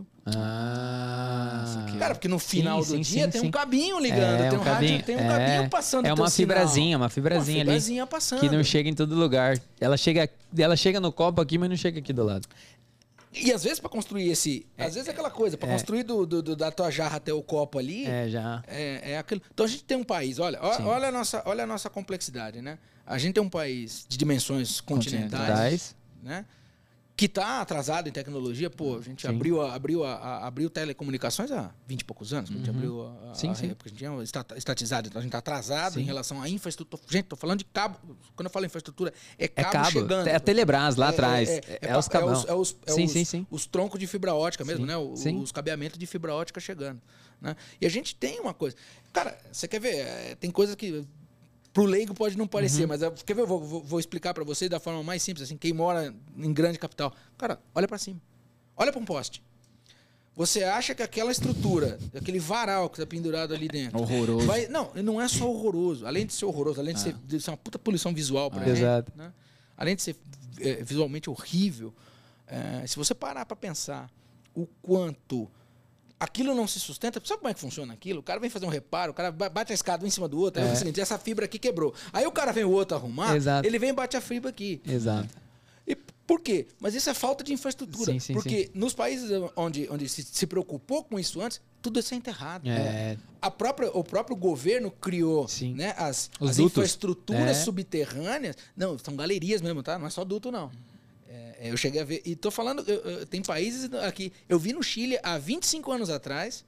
Cara, porque no final do dia tem um cabinho ligando, tem um rádio, tem um cabinho passando. É uma fibrazinha ali. Passando. Que não chega em todo lugar. Ela chega no copo aqui, mas não chega aqui do lado. E às vezes para construir às vezes é aquela coisa, para construir da tua jarra até o copo ali. É aquilo. Então a gente tem um país, olha a nossa complexidade, né? A gente tem um país de dimensões continentais, né? Que está atrasado em tecnologia. Pô, a gente abriu telecomunicações há 20 e poucos anos. A gente abriu porque a gente tinha estatizado, então a gente está atrasado em relação à infraestrutura. Gente, estou falando de cabo. Quando eu falo infraestrutura, é cabo chegando. É a Telebrás lá atrás. Os cabos. Os troncos de fibra ótica mesmo, né? Os cabeamentos de fibra ótica chegando. Né? E a gente tem uma coisa. Cara, você quer ver? Tem coisas que... Pro leigo pode não parecer, mas quer ver? Eu vou explicar para você da forma mais simples, assim, quem mora em grande capital. Cara, olha para cima. Olha para um poste. Você acha que aquela estrutura, aquele varal que está pendurado ali dentro... Horroroso. Não é só horroroso. Além de ser horroroso, além de ser uma puta poluição visual para gente. Exato. Né? Além de ser visualmente horrível, se você parar para pensar o quanto... Aquilo não se sustenta. Sabe como é que funciona aquilo? O cara vem fazer um reparo, o cara bate a escada um em cima do outro, aí é o seguinte, essa fibra aqui quebrou. Aí o cara vem o outro arrumar, ele vem e bate a fibra aqui. Exato. E por quê? Mas isso é falta de infraestrutura. Porque nos países onde se preocupou com isso antes, tudo isso é enterrado. O próprio governo criou né, as infraestruturas subterrâneas. Não, são galerias mesmo, tá? Não é só duto, não. Eu cheguei a ver... E tô falando... Tem países aqui... Eu vi no Chile, há 25 anos atrás,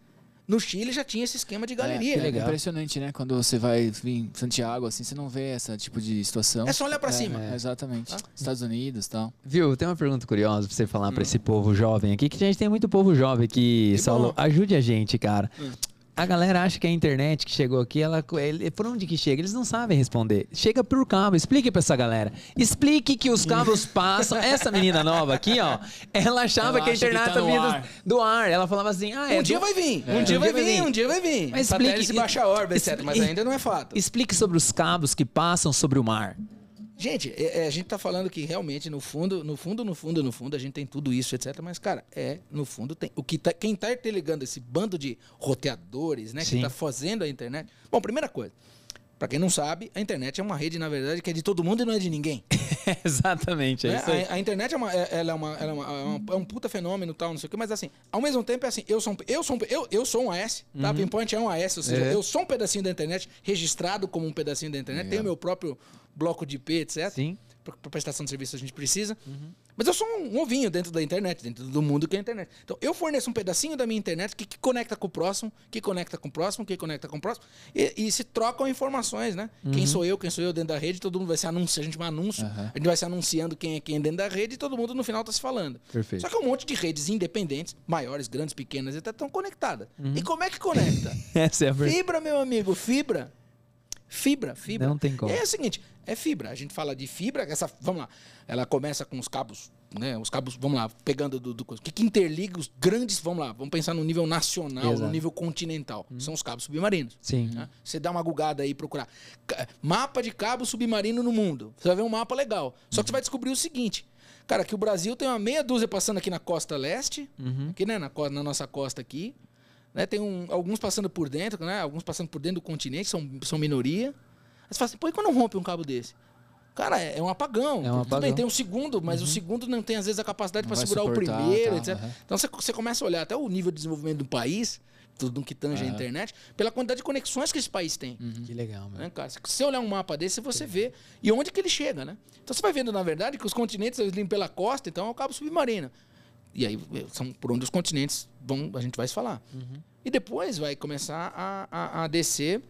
No Chile já tinha esse esquema de galeria. Que legal. É impressionante, né? Quando você vai vir em Santiago, assim, você não vê esse tipo de situação. É só olhar pra cima. Exatamente. Estados Unidos e tal. Viu, tem uma pergunta curiosa pra você falar pra esse povo jovem aqui, que a gente tem muito povo jovem aqui, Saulo. Ajude a gente, cara. A galera acha que a internet que chegou aqui, por onde que chega? Eles não sabem responder. Chega por cabo. Explique pra essa galera. Explique que os cabos passam. Essa menina nova aqui, ó, ela achava que a internet tá vindo do ar. Ela falava assim, um dia vai vir. Um dia vai vir. Um dia vai vir. Mas explique, se baixa a órbita, etc. Mas ainda não é fato. Explique sobre os cabos que passam sobre o mar. Gente, a gente tá falando que realmente, no fundo, a gente tem tudo isso, etc. Mas, cara, no fundo, tem. Quem tá interligando esse bando de roteadores, né? Sim. Que tá fazendo a internet. Bom, primeira coisa. Pra quem não sabe, a internet é uma rede, na verdade, que é de todo mundo e não é de ninguém. Exatamente, é isso aí. A internet é um puta fenômeno, tal, não sei o quê, mas assim, ao mesmo tempo é assim, eu sou um AS, tá? Pinpoint é um AS, ou seja, eu sou um pedacinho da internet, registrado como um pedacinho da internet, tenho meu próprio bloco de IP, etc. Sim. Para prestação de serviço a gente precisa. Mas eu sou um ovinho dentro da internet, dentro do mundo que é a internet. Então, eu forneço um pedacinho da minha internet que conecta com o próximo, que conecta com o próximo, que conecta com o próximo, e se trocam informações, né? Quem sou eu dentro da rede, todo mundo vai se anunciar, a gente vai anúncio, a gente vai se anunciando quem é quem dentro da rede e todo mundo no final tá se falando. Perfeito. Só que um monte de redes independentes, maiores, grandes, pequenas, estão conectadas. E como é que conecta? Essa é a verdade. Fibra, meu amigo, fibra. Fibra. Não tem como. É o seguinte, é fibra. A gente fala de fibra, vamos lá, ela começa com os cabos, né? Os cabos, vamos lá, pegando do que interliga os grandes, vamos pensar no nível nacional, no nível continental. São os cabos submarinos. Sim. Né? Você dá uma gugada aí e procurar mapa de cabo submarino no mundo. Você vai ver um mapa legal. Só que você vai descobrir o seguinte, cara, que o Brasil tem uma meia dúzia passando aqui na costa leste, aqui, né, na nossa costa aqui. Né, tem alguns passando por dentro, né? Alguns passando por dentro do continente, são minoria. Aí você fala assim, pô, e quando rompe um cabo desse? Cara, é um apagão. Tudo bem, tem um segundo, mas o segundo não tem, às vezes, a capacidade para segurar o primeiro, etc. Então você começa a olhar até o nível de desenvolvimento do país, tudo que tange a internet, pela quantidade de conexões que esse país tem. Que legal, mano. Né, cara? Se você olhar um mapa desse, você vê e onde que ele chega, né? Então você vai vendo, na verdade, que os continentes eles limpam pela costa, então é o cabo submarino. E aí são por onde os continentes a gente vai se falar. E depois vai começar a descer.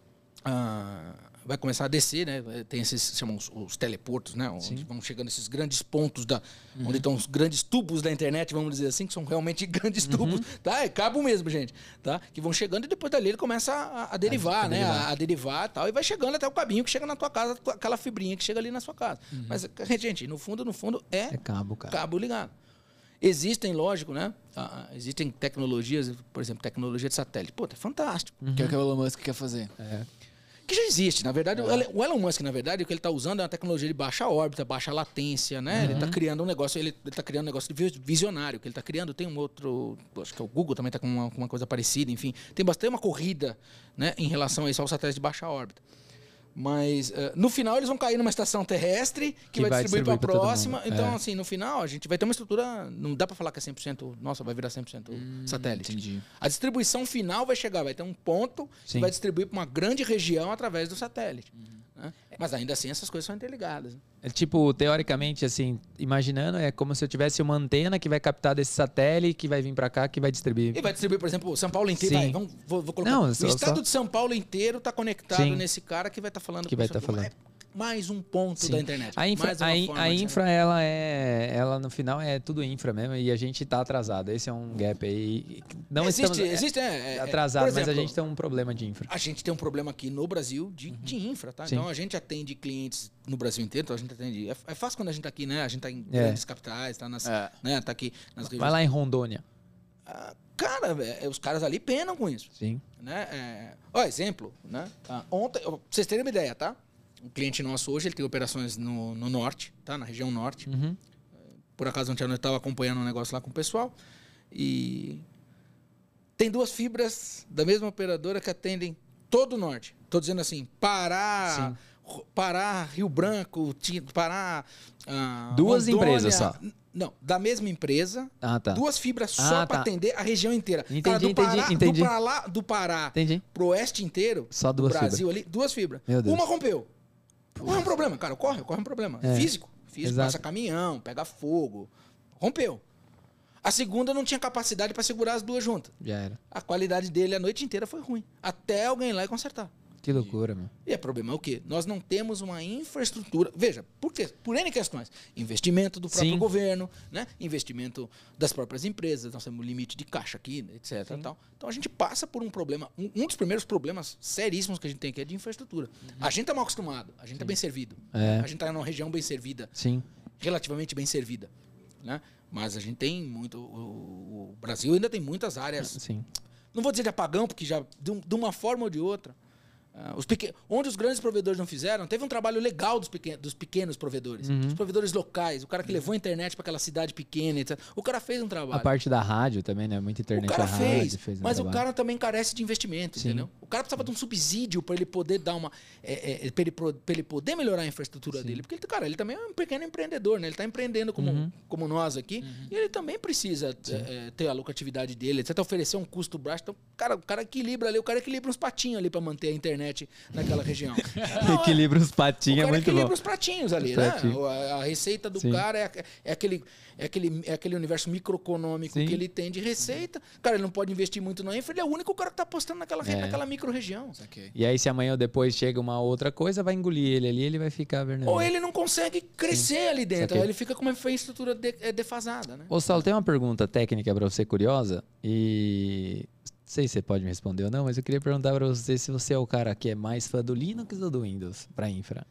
Vai começar a descer, né? Tem esses, chamam os teleportos, né? Onde vão chegando esses grandes pontos onde estão os grandes tubos da internet, vamos dizer assim, que são realmente grandes tubos, tá? É cabo mesmo, gente, tá? Que vão chegando e depois dali ele começa a derivar, né? A derivar e tal, e vai chegando até o cabinho que chega na tua casa, aquela fibrinha que chega ali na sua casa. Mas, gente, no fundo é cabo, cara. Cabo ligado. Existem, lógico, né? Existem tecnologias, por exemplo, tecnologia de satélite. Pô, é fantástico. Que é o que o Elon Musk quer fazer. Que já existe. Na verdade, o Elon Musk, na verdade, o que ele está usando é uma tecnologia de baixa órbita, baixa latência, né? Ele está criando um negócio, visionário. Que ele está criando, tem um outro, acho que é o Google também está com uma coisa parecida, enfim. Tem bastante uma corrida, né, em relação a isso, aos satélites de baixa órbita. Mas no final eles vão cair numa estação terrestre que vai distribuir para a próxima. Então, assim, no final a gente vai ter uma estrutura. Não dá para falar que é 100%. Nossa, vai virar 100% satélite. Entendi. A distribuição final vai ter um ponto que vai distribuir para uma grande região através do satélite. Né? Mas ainda assim essas coisas são interligadas. É tipo, teoricamente, assim, imaginando, é como se eu tivesse uma antena que vai captar desse satélite, que vai vir pra cá, que vai distribuir. E vai distribuir, por exemplo, São Paulo inteiro. Vou colocar. O estado de São Paulo inteiro está conectado nesse cara que vai estar falando. Que vai estar falando. Mais um ponto da internet. A infra ela no final é tudo infra mesmo e a gente tá atrasado. Esse é um gap aí. Não estamos atrasados, mas a gente tem um problema de infra. A gente tem um problema aqui no Brasil de infra, tá? Então a gente atende clientes no Brasil inteiro, então a gente atende. É fácil quando a gente tá aqui, né? A gente tá em grandes capitais, tá né? Tá aqui nas regiões. Vai lá em Rondônia. Cara, os caras ali penam com isso. Sim. Né? Exemplo, né? Ontem, pra vocês terem uma ideia, tá? Um cliente nosso hoje, ele tem operações no norte, tá? Na região norte. Por acaso, ontem eu estava acompanhando um negócio lá com o pessoal. E tem 2 fibras da mesma operadora que atendem todo o norte. Estou dizendo assim, Pará, Rio Branco, Pará, 2 Rondônia, empresas só. Não, da mesma empresa. Tá. 2 fibras só para atender a região inteira. Entendi. Do Pará pro oeste inteiro, só do Brasil ali, 2 fibras. Uma rompeu. Ocorre um problema, cara. Ocorre um problema. Físico. Passa caminhão, pega fogo. Rompeu. A segunda não tinha capacidade para segurar as duas juntas. Já era. A qualidade dele a noite inteira foi ruim. Até alguém ir lá e consertar. Que loucura, meu. E o problema é o quê? Nós não temos uma infraestrutura. Veja, por quê? Por N questões. Investimento do próprio governo, né? Investimento das próprias empresas. Nós temos limite de caixa aqui, etc. Tal. Então a gente passa por um problema. Um dos primeiros problemas seríssimos que a gente tem aqui é de infraestrutura. A gente está mal acostumado. A gente está bem servido. A gente está numa região bem servida. Sim. Relativamente bem servida. Né? Mas a gente tem muito. O Brasil ainda tem muitas áreas. Sim. Não vou dizer de apagão, porque já de uma forma ou de outra. Onde os grandes provedores não fizeram, teve um trabalho legal dos pequenos provedores. Os provedores locais, o cara que levou a internet para aquela cidade pequena, etc. O cara fez um trabalho. A parte da rádio também, né? Muita internet. O cara fez mas o cara também carece de investimento, entendeu? O cara precisava de um subsídio para ele poder dar uma... para ele poder melhorar a infraestrutura dele. Porque, cara, ele também é um pequeno empreendedor, né? Ele está empreendendo como nós aqui. E ele também precisa ter a lucratividade dele, etc. Oferecer um custo baixo. Então, o cara equilibra ali. O cara equilibra uns patinhos ali para manter a internet naquela região. Equilibra os patinhos, é muito bom. Equilibra os pratinhos ali, né? A receita do cara é aquele universo microeconômico que ele tem de receita. Cara, ele não pode investir muito na infra, ele é o único cara que tá apostando naquela micro-região. E aí, se amanhã ou depois chega uma outra coisa, vai engolir ele ali, ele vai ficar vermelho. Ou ele não consegue crescer ali dentro, aí ele fica com uma infraestrutura defasada, né? Ô, Saulo, tem uma pergunta técnica para você curiosa e... Não sei se você pode me responder ou não, mas eu queria perguntar para você se você é o cara que é mais fã do Linux ou do Windows para infra.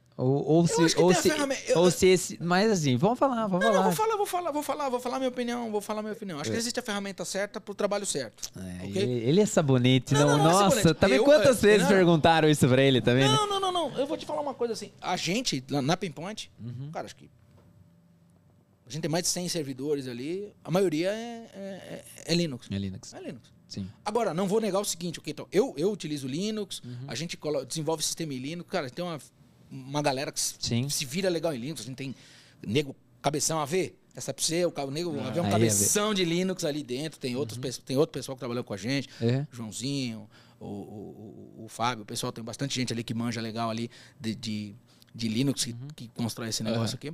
Mas assim, vamos falar. Vou falar minha opinião. Acho que existe a ferramenta certa para o trabalho certo. Okay? Ele é sabonete, não nossa, sabonete. Tá vendo quantas vezes perguntaram isso para ele, tá vendo? Não. Eu vou te falar uma coisa assim. A gente, na Pinpoint, cara, acho que a gente tem mais de 100 servidores ali. A maioria é Linux. É Linux. Sim. Agora, não vou negar o seguinte, okay, então, eu utilizo Linux, a gente desenvolve sistema em Linux, cara, tem uma galera que se vira legal em Linux, a gente tem nego cabeção AV, essa pra você, o nego AV é um cabeção de Linux ali dentro, tem outro pessoal que trabalhou com a gente, Joãozinho, o Fábio, o pessoal, tem bastante gente ali que manja legal ali de Linux que constrói esse negócio aqui.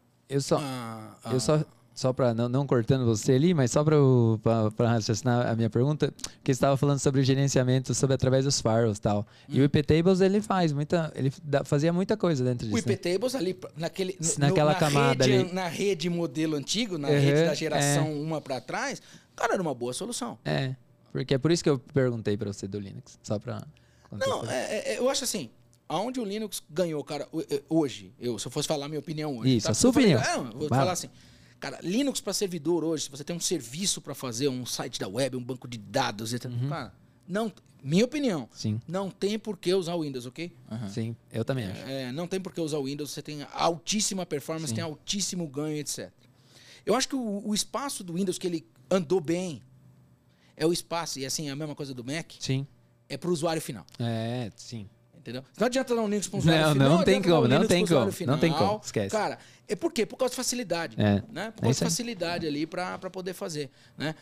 Só para não cortando você ali, mas só para raciocinar a minha pergunta, que você estava falando sobre o gerenciamento através dos firewalls e tal. E o IP-Tables ele fazia muita coisa dentro disso. O IP-Tables ali naquela camada rede, ali. Na rede modelo antigo, na rede da geração uma para trás, cara, era uma boa solução. Porque é por isso que eu perguntei para você do Linux, só para... Não, eu acho assim, aonde o Linux ganhou, cara, hoje, se eu fosse falar a minha opinião hoje... Isso, a sua opinião. Vou falar assim... Cara, Linux para servidor hoje, se você tem um serviço para fazer, um site da web, um banco de dados, etc. Cara, minha opinião, não tem por que usar o Windows, ok? Sim, eu também acho. Não tem por que usar o Windows, você tem altíssima performance, tem altíssimo ganho, etc. Eu acho que o espaço do Windows que ele andou bem é o espaço, e assim, a mesma coisa do Mac, é para o usuário final. Sim. Entendeu? Não adianta dar um Linux para um usuário final. Não tem como. Esquece. Cara, por quê? Por causa de facilidade. Né? Por causa de facilidade ali para poder fazer. Né?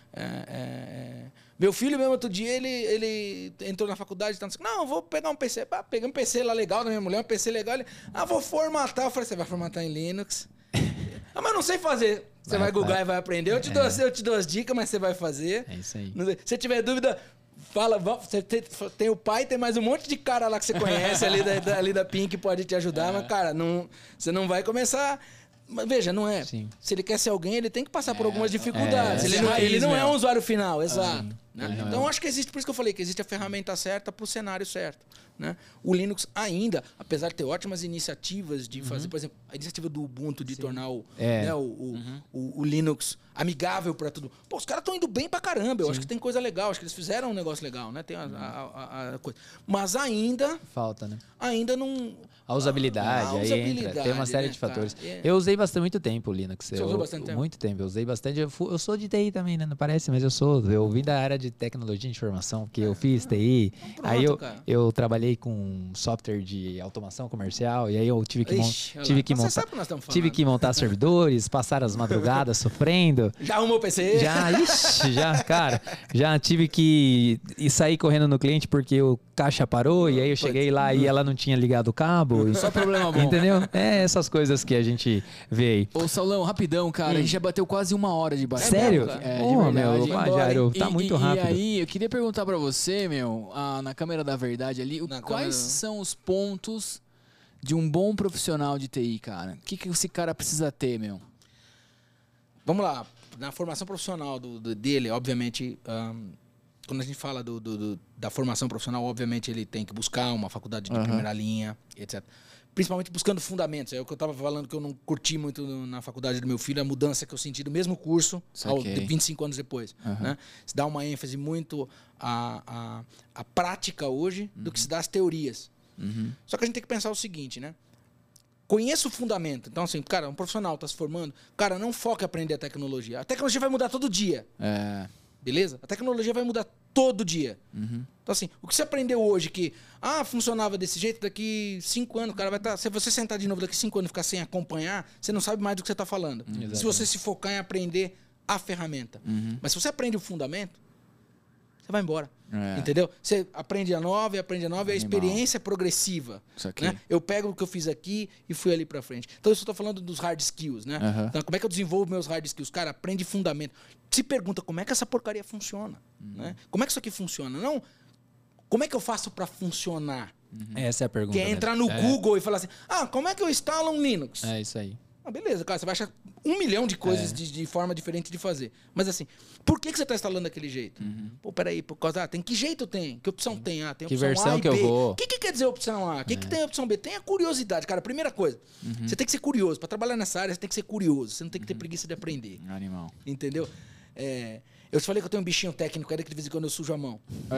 Meu filho mesmo, outro dia, ele entrou na faculdade e tá assim, não, vou pegar um PC. Peguei um PC lá legal da minha mulher, um PC legal. Ele, vou formatar. Eu falei, você vai formatar em Linux? Mas não sei fazer. Você vai googar e vai aprender. Eu te dou as dicas, mas você vai fazer. É isso aí. Se você tiver dúvida... Fala, você tem o pai, tem mais um monte de cara lá que você conhece ali da PIN que pode te ajudar, mas, cara, você não vai começar... Mas veja, não é. Se ele quer ser alguém, ele tem que passar por algumas dificuldades. Ele não é um usuário final, exato. Né? Então, acho que existe, por isso que eu falei, que existe a ferramenta certa para o cenário certo. Né? O Linux ainda, apesar de ter ótimas iniciativas de fazer, por exemplo, a iniciativa do Ubuntu de tornar o Linux amigável para tudo. Pô, os caras estão indo bem pra caramba. Eu acho que tem coisa legal, acho que eles fizeram um negócio legal, né? Tem a coisa. Mas ainda... Falta, né? Ainda não... A usabilidade, entra, tem uma série de fatores. Eu usei muito tempo o Linux. Você usou bastante tempo? Muito tempo, eu usei bastante. Eu sou de TI também, né? Não parece, mas eu vim da área de tecnologia de informação, porque eu fiz TI, Pronto, aí cara. eu trabalhei com software de automação comercial, e aí eu tive que, Ixi, olha lá. tive que Então você montar, sabe o que nós estamos falando. tive que montar servidores, passar as madrugadas sofrendo. Já arrumou o PC? Cara, já tive que ir sair correndo no cliente porque o caixa parou, e aí eu cheguei lá e ela não tinha ligado o cabo. Só problema bom. Entendeu? É essas coisas que a gente vê aí. Ô, Saulão, rapidão, cara. A gente já bateu quase 1 hora de bate. Sério? É, de Pô, verdade. meu, Jairo, tá muito rápido. E aí, eu queria perguntar pra você, meu, na câmera da verdade ali, quais são os pontos de um bom profissional de TI, cara? O que esse cara precisa ter, meu? Vamos lá. Na formação profissional dele, obviamente, quando a gente fala da formação profissional, obviamente ele tem que buscar uma faculdade de primeira linha, etc. Principalmente buscando fundamentos. É o que eu estava falando que eu não curti muito na faculdade do meu filho, a mudança que eu senti do mesmo curso 25 anos depois. Né? Se dá uma ênfase muito à prática hoje do que se dá às teorias. Só que a gente tem que pensar o seguinte, né? Conheça o fundamento. Então, assim, cara, um profissional está se formando, cara, não foca em aprender a tecnologia. A tecnologia vai mudar todo dia. Beleza? A tecnologia vai mudar todo dia. Então, assim, o que você aprendeu hoje que funcionava desse jeito, daqui 5 anos, o cara vai estar. Se você sentar de novo daqui 5 anos e ficar sem acompanhar, você não sabe mais do que você está falando. Se você se focar em aprender a ferramenta. Mas se você aprende o fundamento, você vai embora. Entendeu? Você aprende a nova, e a experiência é progressiva. Né? Eu pego o que eu fiz aqui e fui ali pra frente. Então, eu só tô falando dos hard skills, né? Então, como é que eu desenvolvo meus hard skills? Cara, aprende fundamento. Se pergunta como é que essa porcaria funciona. Né? Como é que isso aqui funciona? Não, como é que eu faço pra funcionar? Essa é a pergunta. Que é entrar no Google e falar assim, como é que eu instalo um Linux? É isso aí. Beleza, cara, você vai achar 1 milhão de coisas de forma diferente de fazer. Mas assim, por que você está instalando daquele jeito? Pô, peraí, por causa tem que jeito tem? Que opção tem? Tem que opção versão A e que B. eu vou? O que quer dizer opção A? O que tem a opção B? Tem a curiosidade, cara. Primeira coisa, você tem que ser curioso. Para trabalhar nessa área, você tem que ser curioso. Você não tem que ter preguiça de aprender. Animal. Entendeu? Eu te falei que eu tenho um bichinho técnico, que de vez em quando eu sujo a mão.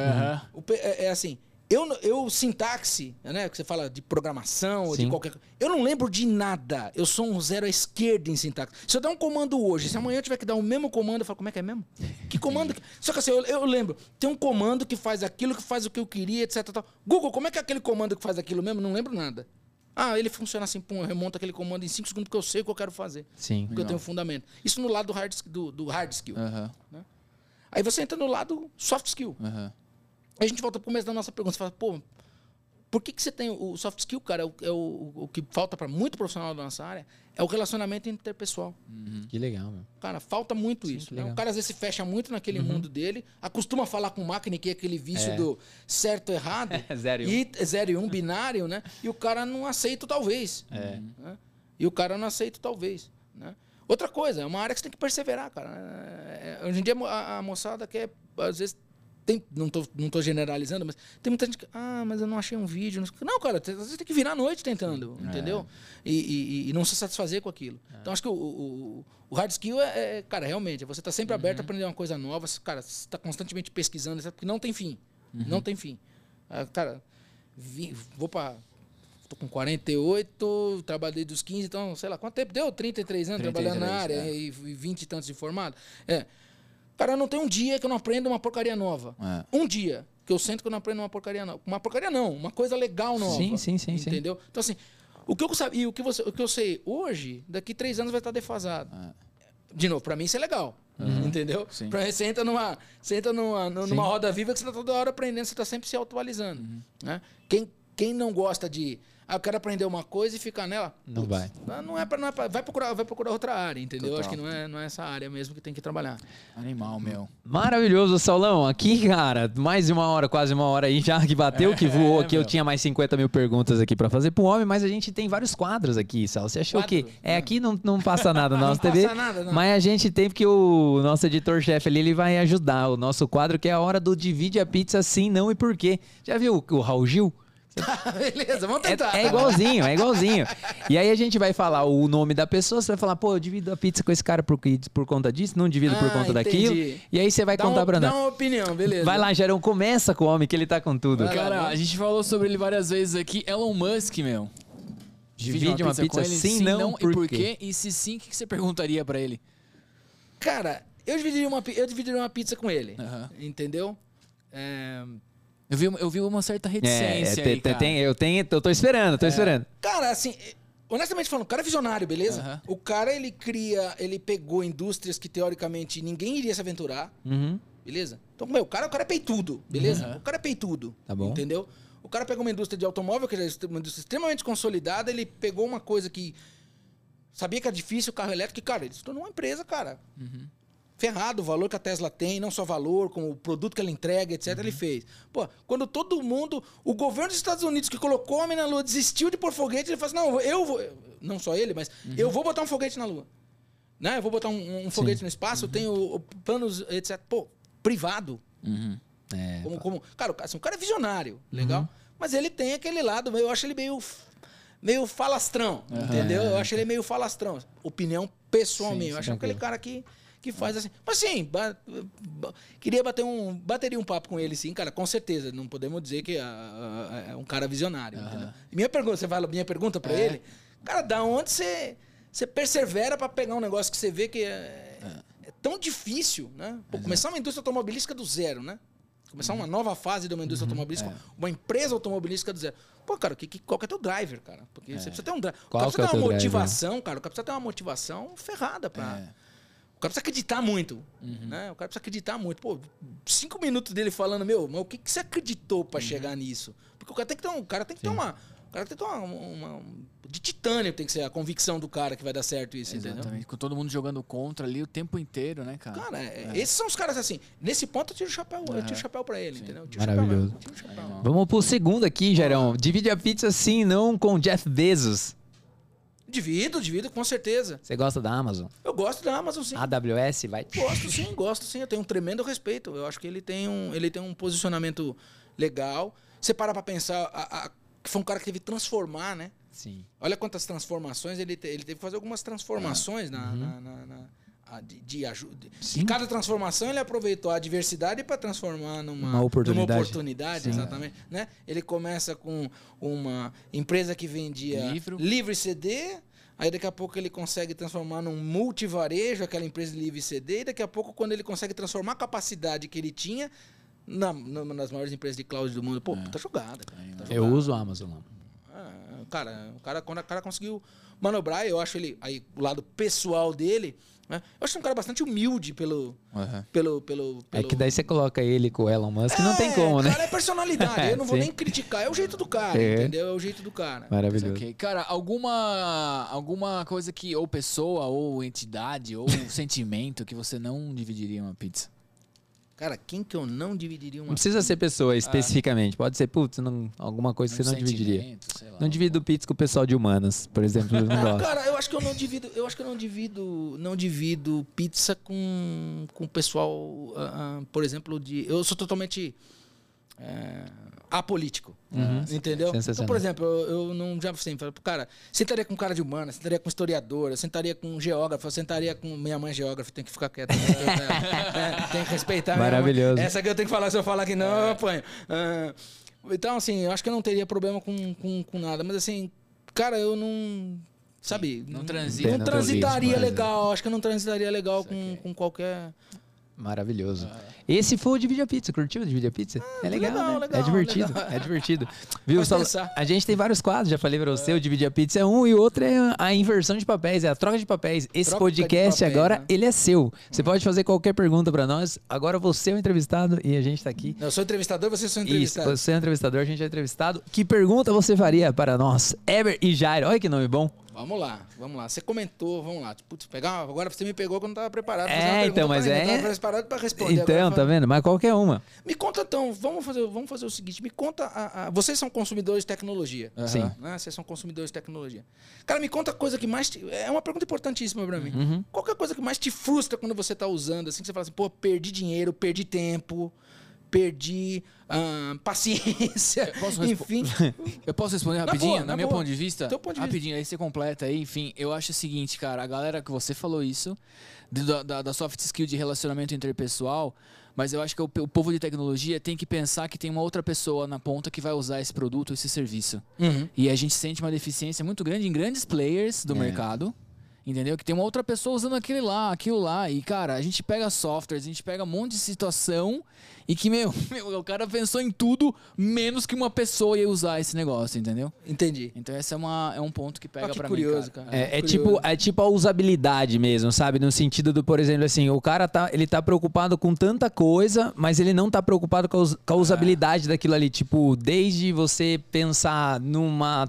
É assim... Eu sintaxe, né? Que você fala de programação ou de qualquer coisa. Eu não lembro de nada. Eu sou um zero à esquerda em sintaxe. Se eu der um comando hoje, se amanhã eu tiver que dar o mesmo comando, eu falo, como é que é mesmo? Que comando? Só que assim, eu lembro. Tem um comando que faz aquilo, que faz o que eu queria, etc. Tal. Google, como é que é aquele comando que faz aquilo mesmo? Não lembro nada. Ele funciona assim, pum, eu remonto aquele comando em 5 segundos porque eu sei o que eu quero fazer. Sim. Porque eu tenho um fundamento. Isso no lado do hard skill. Né? Aí você entra no lado soft skill. Aí a gente volta pro começo da nossa pergunta. Você fala, pô, por que você tem o soft skill, cara? O que falta para muito profissional da nossa área é o relacionamento interpessoal. Que legal, meu. Cara, falta muito isso. Né? O cara às vezes se fecha muito naquele mundo dele, acostuma falar com máquina, que é aquele vício do certo e errado. 0 e 1 binário, né? E o cara não aceita o talvez. Né? E o cara não aceita o talvez. Né? Outra coisa, é uma área que você tem que perseverar, cara. Hoje em dia a moçada quer, às vezes, não tô generalizando, mas tem muita gente que... mas eu não achei um vídeo. Não, cara, às vezes tem que virar a noite tentando, entendeu? E não se satisfazer com aquilo. Então, acho que o hard skill cara, realmente, você tá sempre aberto a aprender uma coisa nova. Cara, você tá constantemente pesquisando, porque não tem fim. Não tem fim. Cara, tô com 48, trabalhei dos 15, então, sei lá, quanto tempo deu? 33 anos 33, trabalhando na área e 20 e tantos de formado. Cara, não tem um dia que eu não aprendo uma porcaria nova. Um dia que eu sinto que eu não aprendo uma porcaria nova. Uma porcaria não, uma coisa legal nova. Sim. Entendeu? Então, assim, o que eu sabia, o que eu sei hoje, daqui 3 anos vai estar defasado. De novo, pra mim isso é legal. Entendeu? Você entra numa roda viva que você tá toda hora aprendendo, você tá sempre se atualizando. Né? Quem não gosta de... eu quero aprender uma coisa e ficar nela. Não vai. Não é pra vai procurar outra área, entendeu? Total. Acho que não é essa área mesmo que tem que trabalhar. Animal, meu. Maravilhoso, Saulão. Aqui, cara, mais de 1 hora, quase 1 hora aí já que bateu, que voou aqui. Eu tinha mais 50 mil perguntas aqui pra fazer pro homem, mas a gente tem vários quadros aqui, Sal. Você achou que aqui não passa nada na nossa TV? Não passa nada, não. Mas a gente tem, porque o nosso editor-chefe ali, ele vai ajudar. O nosso quadro que é a hora do divide a pizza sim, não e por quê. Já viu o Raul Gil? Beleza, vamos tentar. É igualzinho. E aí a gente vai falar o nome da pessoa, você vai falar, pô, eu divido a pizza com esse cara por conta disso, não divido por conta daquilo. E aí você vai contar pra nós. Dá uma opinião, beleza. Vai lá, Gerão, começa com o homem que ele tá com tudo. Cara, a gente falou sobre ele várias vezes aqui. Elon Musk, meu. Divide uma pizza com ele, sim, não, e por quê? E se sim, o que você perguntaria pra ele? Cara, Eu dividiria uma pizza com ele. Entendeu? Eu vi uma certa reticência aí, cara. Eu tô esperando. Cara, assim, honestamente falando, o cara é visionário, beleza? O cara, ele pegou indústrias que teoricamente ninguém iria se aventurar, beleza? Então, o cara é peitudo, beleza? O cara é peitudo, tá bom. Entendeu? O cara pegou uma indústria de automóvel, que já é uma indústria extremamente consolidada, ele pegou uma coisa que sabia que era difícil, o carro elétrico, e, cara, ele se tornou uma empresa, cara. Ferrado, o valor que a Tesla tem, não só valor, como o produto que ela entrega, etc, ele fez. Pô, quando todo mundo, o governo dos Estados Unidos que colocou o homem na Lua, desistiu de pôr foguete, ele falou assim, não, eu vou, não só ele, mas eu vou botar um foguete na Lua. Né? Eu vou botar um foguete no espaço, eu tenho planos, etc. Pô, privado. Cara, assim, o cara é visionário, legal? Mas ele tem aquele lado, eu acho ele meio falastrão, entendeu? Eu acho ele meio falastrão. Opinião pessoal minha. Eu acho aquele cara que faz assim. Mas sim, bateria um papo com ele, sim, cara, com certeza. Não podemos dizer que é um cara visionário. Minha pergunta pra ele, cara, da onde você persevera pra pegar um negócio que você vê que é tão difícil, né? Pô, começar uma indústria automobilística do zero, né? Começar uma nova fase de uma indústria automobilística, uma empresa automobilística do zero. Pô, cara, qual que é teu driver, cara? Porque você precisa ter um driver. O cara precisa ter uma motivação, cara. O cara precisa ter uma motivação ferrada pra... O cara precisa acreditar muito, né? O cara precisa acreditar muito. Pô, 5 minutos dele falando, mas o que você acreditou pra chegar nisso? Porque o cara tem que ter uma de titânio tem que ser a convicção do cara que vai dar certo isso, Exatamente. Entendeu? Com todo mundo jogando contra ali o tempo inteiro, né, cara? Cara, esses são os caras assim. Nesse ponto eu tiro o chapéu, pra ele, entendeu? Maravilhoso. Tiro o chapéu. Vamos pro segundo aqui, Jairão. Divide a pizza sim, não com Jeff Bezos. Divido, com certeza. Você gosta da Amazon? Eu gosto da Amazon, sim. AWS, vai? Gosto sim. Eu tenho um tremendo respeito. Eu acho que ele tem um posicionamento legal. Você para pra pensar, que foi um cara que teve que transformar, né? Sim. Olha quantas transformações ele teve que fazer algumas transformações de ajuda. E cada transformação ele aproveitou a adversidade para transformar numa oportunidade, exatamente. Né? Ele começa com uma empresa que vendia livro e CD, aí daqui a pouco ele consegue transformar num multivarejo, aquela empresa de livro e CD, e daqui a pouco quando ele consegue transformar a capacidade que ele tinha numa das maiores empresas de cloud do mundo. Pô, tá jogada. Eu uso a Amazon lá. Quando o cara conseguiu manobrar, eu acho ele, aí o lado pessoal dele, né? Eu acho um cara bastante humilde pelo... É que daí você coloca ele com o Elon Musk, não tem como, né? Cara, é personalidade, eu não vou nem criticar, é o jeito do cara, entendeu? É o jeito do cara. Maravilhoso. Okay. Cara, alguma coisa que, ou pessoa, ou entidade, ou sentimento que você não dividiria uma pizza? Cara, quem que eu não dividiria uma... Não precisa ser pessoa especificamente. Pode ser, alguma coisa que você não dividiria. Não divido pizza com o pessoal de humanas, por exemplo. Eu não gosto. Cara, eu acho que eu não divido pizza com o pessoal, por exemplo, eu sou totalmente apolítico. Entendeu? Então, por exemplo, eu não já sempre falo, cara, sentaria com um cara de humana, sentaria com um historiador, sentaria com um geógrafo, sentaria com minha mãe geógrafa, tem que ficar quieto. Tem que respeitar. Maravilhoso. Essa aqui eu tenho que falar, se eu falar que não, eu apanho. Então, assim, eu acho que eu não teria problema com nada, mas assim, cara, eu não... Sabe? Não transitaria legal. Acho que eu não transitaria legal com qualquer... Maravilhoso. Esse foi o Divide a Pizza. Curtiu o Divide a Pizza? É legal, né? É divertido. É divertido. Viu? A gente tem vários quadros, já falei pra você. O Divide a Pizza é um e o outro é a inversão de papéis, é a troca de papéis. Esse podcast agora, né? Ele é seu. Você pode fazer qualquer pergunta pra nós. Agora você é o entrevistado e a gente tá aqui. Eu sou entrevistador, você é o entrevistado. Isso, você é o entrevistador, a gente é entrevistado. Que pergunta você faria para nós? Eber e Jairo. Olha que nome bom. Vamos lá. Você comentou, vamos lá. Putz, agora você me pegou quando não estava preparado. Então, mas não estava preparado para responder. Então, agora, tá vendo? Mas qualquer uma. Me conta então, vamos fazer o seguinte, me conta, vocês são consumidores de tecnologia. Sim. Né? Vocês são consumidores de tecnologia. Cara, me conta a coisa que mais... É uma pergunta importantíssima para mim. Qual que é a coisa que mais te frustra quando você está usando, assim, que você fala assim, pô, perdi dinheiro, perdi tempo... Perdi paciência, enfim. Eu posso responder rapidinho? Na meu ponto de vista? Rapidinho, aí você completa aí. Enfim, eu acho o seguinte, cara. A galera que você falou isso, da soft skill de relacionamento interpessoal, mas eu acho que o povo de tecnologia tem que pensar que tem uma outra pessoa na ponta que vai usar esse produto, esse serviço. E a gente sente uma deficiência muito grande em grandes players do mercado. Entendeu? Que tem uma outra pessoa usando aquilo lá. E, cara, a gente pega softwares, a gente pega um monte de situação e que, meu, o cara pensou em tudo menos que uma pessoa ia usar esse negócio, entendeu? Entendi. Então esse é um ponto que pega pra curioso, mim, cara. É tipo a usabilidade mesmo, sabe? No sentido do, por exemplo, assim, o cara ele tá preocupado com tanta coisa, mas ele não tá preocupado com a usabilidade daquilo ali. Tipo, desde você pensar numa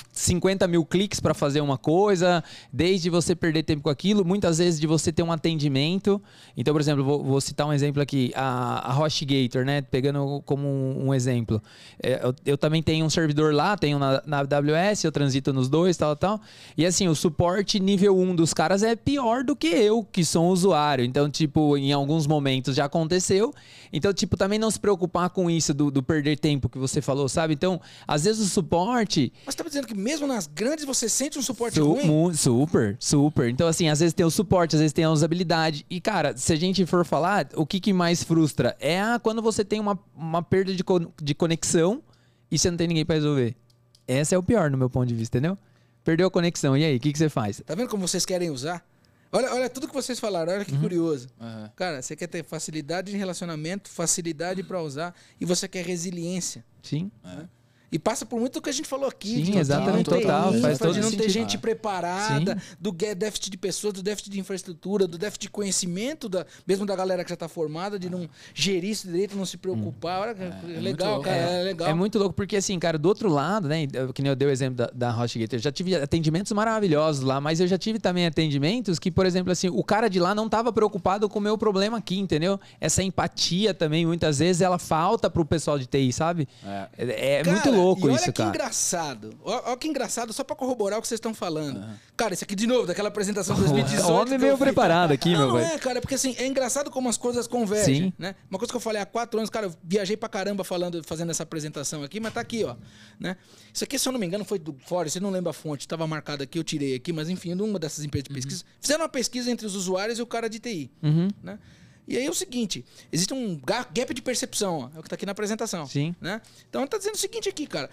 50 mil cliques pra fazer uma coisa, desde você perder tempo com aquilo, muitas vezes de você ter um atendimento. Então, por exemplo, vou citar um exemplo aqui, a HostGator, né? Pegando como um exemplo. Eu também tenho um servidor lá, tenho na AWS, eu transito nos dois, tal. E assim, o suporte nível 1 dos caras é pior do que eu, que sou um usuário. Então, tipo, em alguns momentos já aconteceu. Então, tipo, também não se preocupar com isso do perder tempo que você falou, sabe? Então, às vezes o suporte... Mas você tá dizendo que mesmo nas grandes você sente um suporte ruim? Super. Então, assim, às vezes tem o suporte, às vezes tem a usabilidade. E, cara, se a gente for falar, o que mais frustra é quando você tem uma perda de conexão e você não tem ninguém pra resolver. Essa é o pior, no meu ponto de vista, entendeu? Perdeu a conexão, e aí, o que você faz? Tá vendo como vocês querem usar? Olha tudo que vocês falaram, olha que curioso. Cara, você quer ter facilidade de relacionamento, facilidade pra usar, e você quer resiliência. Sim. E passa por muito do que a gente falou aqui. Sim, exatamente, total. Faz todo de não sentido. ter gente preparada, Sim. do déficit de pessoas, do déficit de infraestrutura, do déficit de conhecimento, mesmo da galera que já está formada, de não gerir isso direito, não se preocupar. Olha, legal, cara, é legal. É muito louco, porque assim, cara, do outro lado, né, que nem eu dei o exemplo da HostGator, eu já tive atendimentos maravilhosos lá, mas eu já tive também atendimentos que, por exemplo, assim, o cara de lá não estava preocupado com o meu problema aqui, entendeu? Essa empatia também, muitas vezes, ela falta pro pessoal de TI, sabe? É Cara, muito louco isso, cara. Engraçado. Olha que engraçado, só pra corroborar o que vocês estão falando. Cara, isso aqui de novo, daquela apresentação de 2018. O homem meio preparado aqui, meu velho. Não, cara, porque assim, é engraçado como as coisas convergem, Sim. né? Uma coisa que eu falei há 4 anos, cara, eu viajei pra caramba fazendo essa apresentação aqui, mas tá aqui, ó, né? Isso aqui, se eu não me engano, foi do Fórum, você não lembra a fonte, tava marcado aqui, eu tirei aqui, mas enfim, numa dessas empresas de pesquisa, fizeram uma pesquisa entre os usuários e o cara de TI, né? E aí é o seguinte, existe um gap de percepção, ó, é o que tá aqui na apresentação. Sim. Né? Então tá dizendo o seguinte aqui, cara,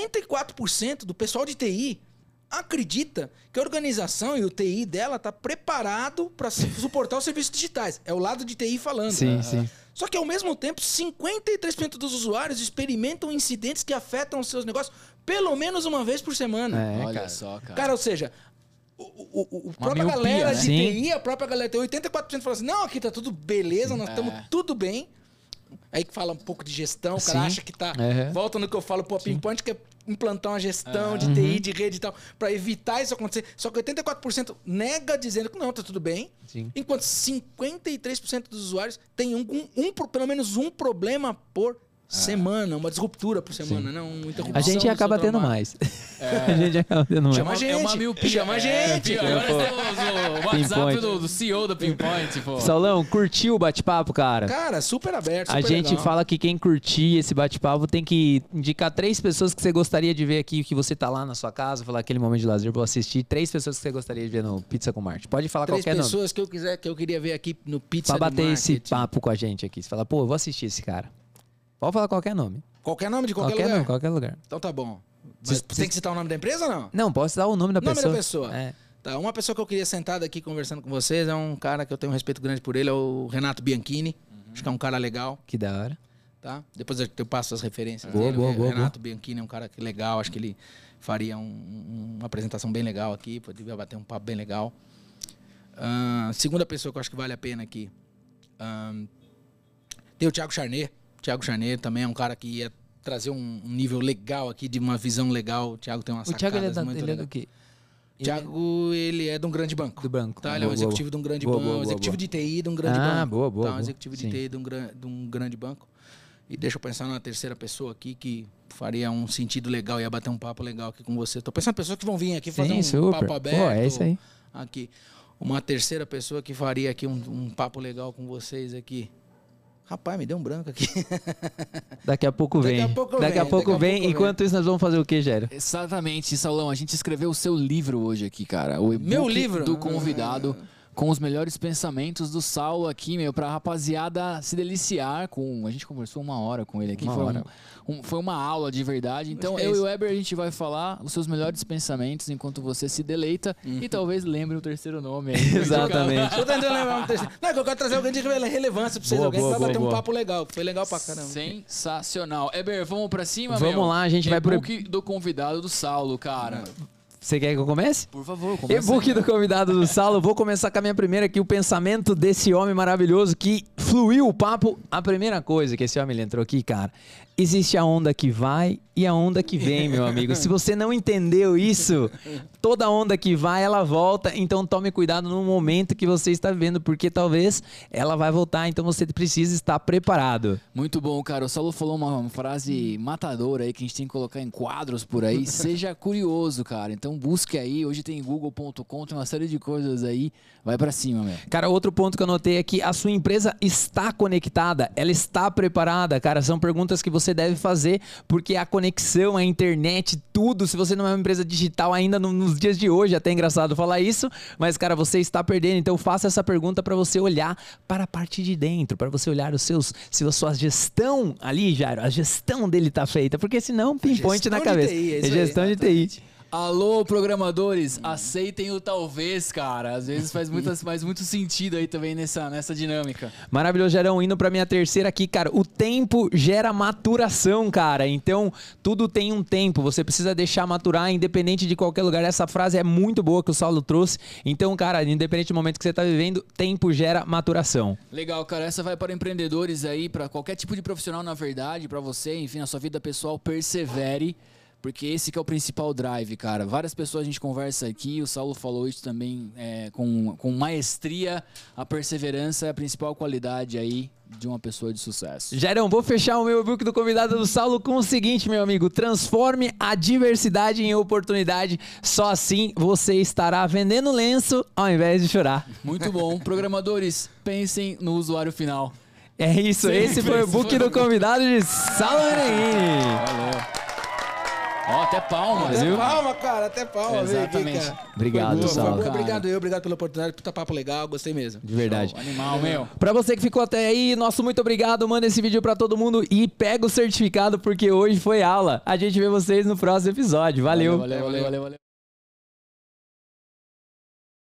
84% do pessoal de TI acredita que a organização e o TI dela tá preparado para suportar os serviços digitais. É o lado de TI falando. Sim, sim. Só que ao mesmo tempo, 53% dos usuários experimentam incidentes que afetam os seus negócios pelo menos uma vez por semana. Olha só, cara. Cara, ou seja... A própria miopia, galera né? de TI, a própria galera de TI, 84% fala assim, não, aqui tá tudo beleza, nós estamos tudo bem. Aí que fala um pouco de gestão, o cara acha que tá... Volta no que eu falo, pô, a Pinpoint quer implantar uma gestão de TI, de rede e tal, pra evitar isso acontecer. Só que 84% nega dizendo que não, tá tudo bem. Sim. Enquanto 53% dos usuários têm pelo menos um problema por semana, uma disruptura por semana, não uma interrupção. A gente acaba tendo mais. A gente acaba tendo mais. Chama a gente. É uma miopia. Chama a gente. Agora temos o WhatsApp do CEO da Pinpoint, pô. Saulão, curtiu o bate-papo, cara? Cara, super aberto, super A gente legal. fala que quem curtir esse bate-papo tem que indicar 3 pessoas que você gostaria de ver aqui, que você tá lá na sua casa, falar aquele momento de lazer, vou assistir. 3 pessoas que você gostaria de ver no Pizza com Marte. Pode falar 3 qualquer nome. pessoas que eu queria ver aqui no Pizza Pra do bater esse Market. papo com a gente aqui. Você fala, pô, eu vou assistir esse cara. Pode falar qualquer nome. Qualquer nome de qualquer lugar? Nome, qualquer lugar. Então tá bom. Mas tem que citar o nome da empresa ou não? Não, posso dar o nome da Nome pessoa. da pessoa. É. Tá, uma pessoa que eu queria sentar aqui conversando com vocês é um cara que eu tenho um respeito grande por ele, é o Renato Bianchini. Acho que é um cara legal, Que da hora. tá? Depois eu passo as referências Boa, dele. boa, O Renato Bianchini é um cara que legal, acho que ele faria uma apresentação bem legal aqui, poderia bater um papo bem legal. Segunda pessoa que eu acho que vale a pena aqui. Tem o Thiago Charnet. Thiago Charnet também é um cara que ia trazer um nível legal aqui, de uma visão legal. O Thiago tem umas O Thiago, sacadas muito ele é legais. do quê? O Thiago, ele é de um grande banco. Do banco. Tá, ele é um executivo de um grande banco. Executivo de TI de um grande banco. Boa. Tá, um executivo de Sim. TI de um grande banco. E deixa eu pensar numa terceira pessoa aqui que faria um sentido legal, ia bater um papo legal aqui com você. Tô pensando em pessoas que vão vir aqui fazer um papo aberto. Pô, é isso aí. Aqui. Uma terceira pessoa que faria aqui um papo legal com vocês aqui. Rapaz, me deu um branco aqui. Daqui a pouco vem. Daqui a pouco vem. Enquanto isso, nós vamos fazer o quê, Gério? Exatamente, Saulão. A gente escreveu o seu livro hoje aqui, cara. O e-book Meu livro? do convidado. com os melhores pensamentos do Saulo aqui, meu, pra rapaziada se deliciar com... A gente conversou 1 hora com ele aqui, foi uma aula de verdade. Então, eu e o Weber, a gente vai falar os seus melhores pensamentos enquanto você se deleita e talvez lembre o terceiro nome aí. Exatamente. Tô tentando lembrar um terceiro. Não, que eu quero trazer alguém de relevância pra vocês, alguém que vai bater um papo legal. Foi legal pra caramba. Sensacional. Weber, vamos pra cima, Vamos lá, a gente vai pro... E-book do convidado do Saulo, cara. Você quer que eu comece? Por favor, comece. E-book do convidado do Saulo. Vou começar com a minha primeira aqui, o pensamento desse homem maravilhoso que fluiu o papo. A primeira coisa que esse homem ele entrou aqui, cara, existe a onda que vai e a onda que vem, meu amigo. Se você não entendeu isso, toda onda que vai, ela volta. Então tome cuidado no momento que você está vivendo, porque talvez ela vai voltar. Então você precisa estar preparado. Muito bom, cara. O Saulo falou uma frase matadora aí que a gente tem que colocar em quadros por aí. Seja curioso, cara. Então busque aí. Hoje tem google.com, tem uma série de coisas aí. Vai pra cima, meu. Cara, outro ponto que eu notei é que a sua empresa está conectada, ela está preparada, cara. São perguntas que você deve fazer, porque a conexão, a internet, tudo, se você não é uma empresa digital ainda nos dias de hoje, até é engraçado falar isso, mas, cara, você está perdendo. Então faça essa pergunta para você olhar para a parte de dentro, para você olhar se a sua gestão ali, Jairo, a gestão dele tá feita, porque senão pinpoint na cabeça. É gestão de TI. Alô, programadores, aceitem o talvez, cara. Às vezes faz muito sentido aí também nessa dinâmica. Maravilhoso, Gerão. Indo pra minha terceira aqui, cara. O tempo gera maturação, cara. Então, tudo tem um tempo. Você precisa deixar maturar, independente de qualquer lugar. Essa frase é muito boa que o Saulo trouxe. Então, cara, independente do momento que você tá vivendo, tempo gera maturação. Legal, cara. Essa vai para empreendedores aí, para qualquer tipo de profissional, na verdade, para você, enfim, na sua vida pessoal, persevere. Porque esse que é o principal drive, cara. Várias pessoas a gente conversa aqui, o Saulo falou isso também com maestria. A perseverança é a principal qualidade aí de uma pessoa de sucesso. Jairão, vou fechar o meu e-book do convidado do Saulo com o seguinte, meu amigo. Transforme a diversidade em oportunidade. Só assim você estará vendendo lenço ao invés de chorar. Muito bom. Programadores, pensem no usuário final. É isso, esse foi o e-book do convidado de Saulo Meneghini. Valeu. Ó, até palmas, viu? Até palma, cara, até palma. Exatamente. Aqui, cara. Obrigado, Saulo. Obrigado pela oportunidade, puta papo legal, gostei mesmo. De verdade. Show, animal, meu. Pra você que ficou até aí, nosso muito obrigado. Manda esse vídeo pra todo mundo e pega o certificado, porque hoje foi aula. A gente vê vocês no próximo episódio. Valeu. Valeu.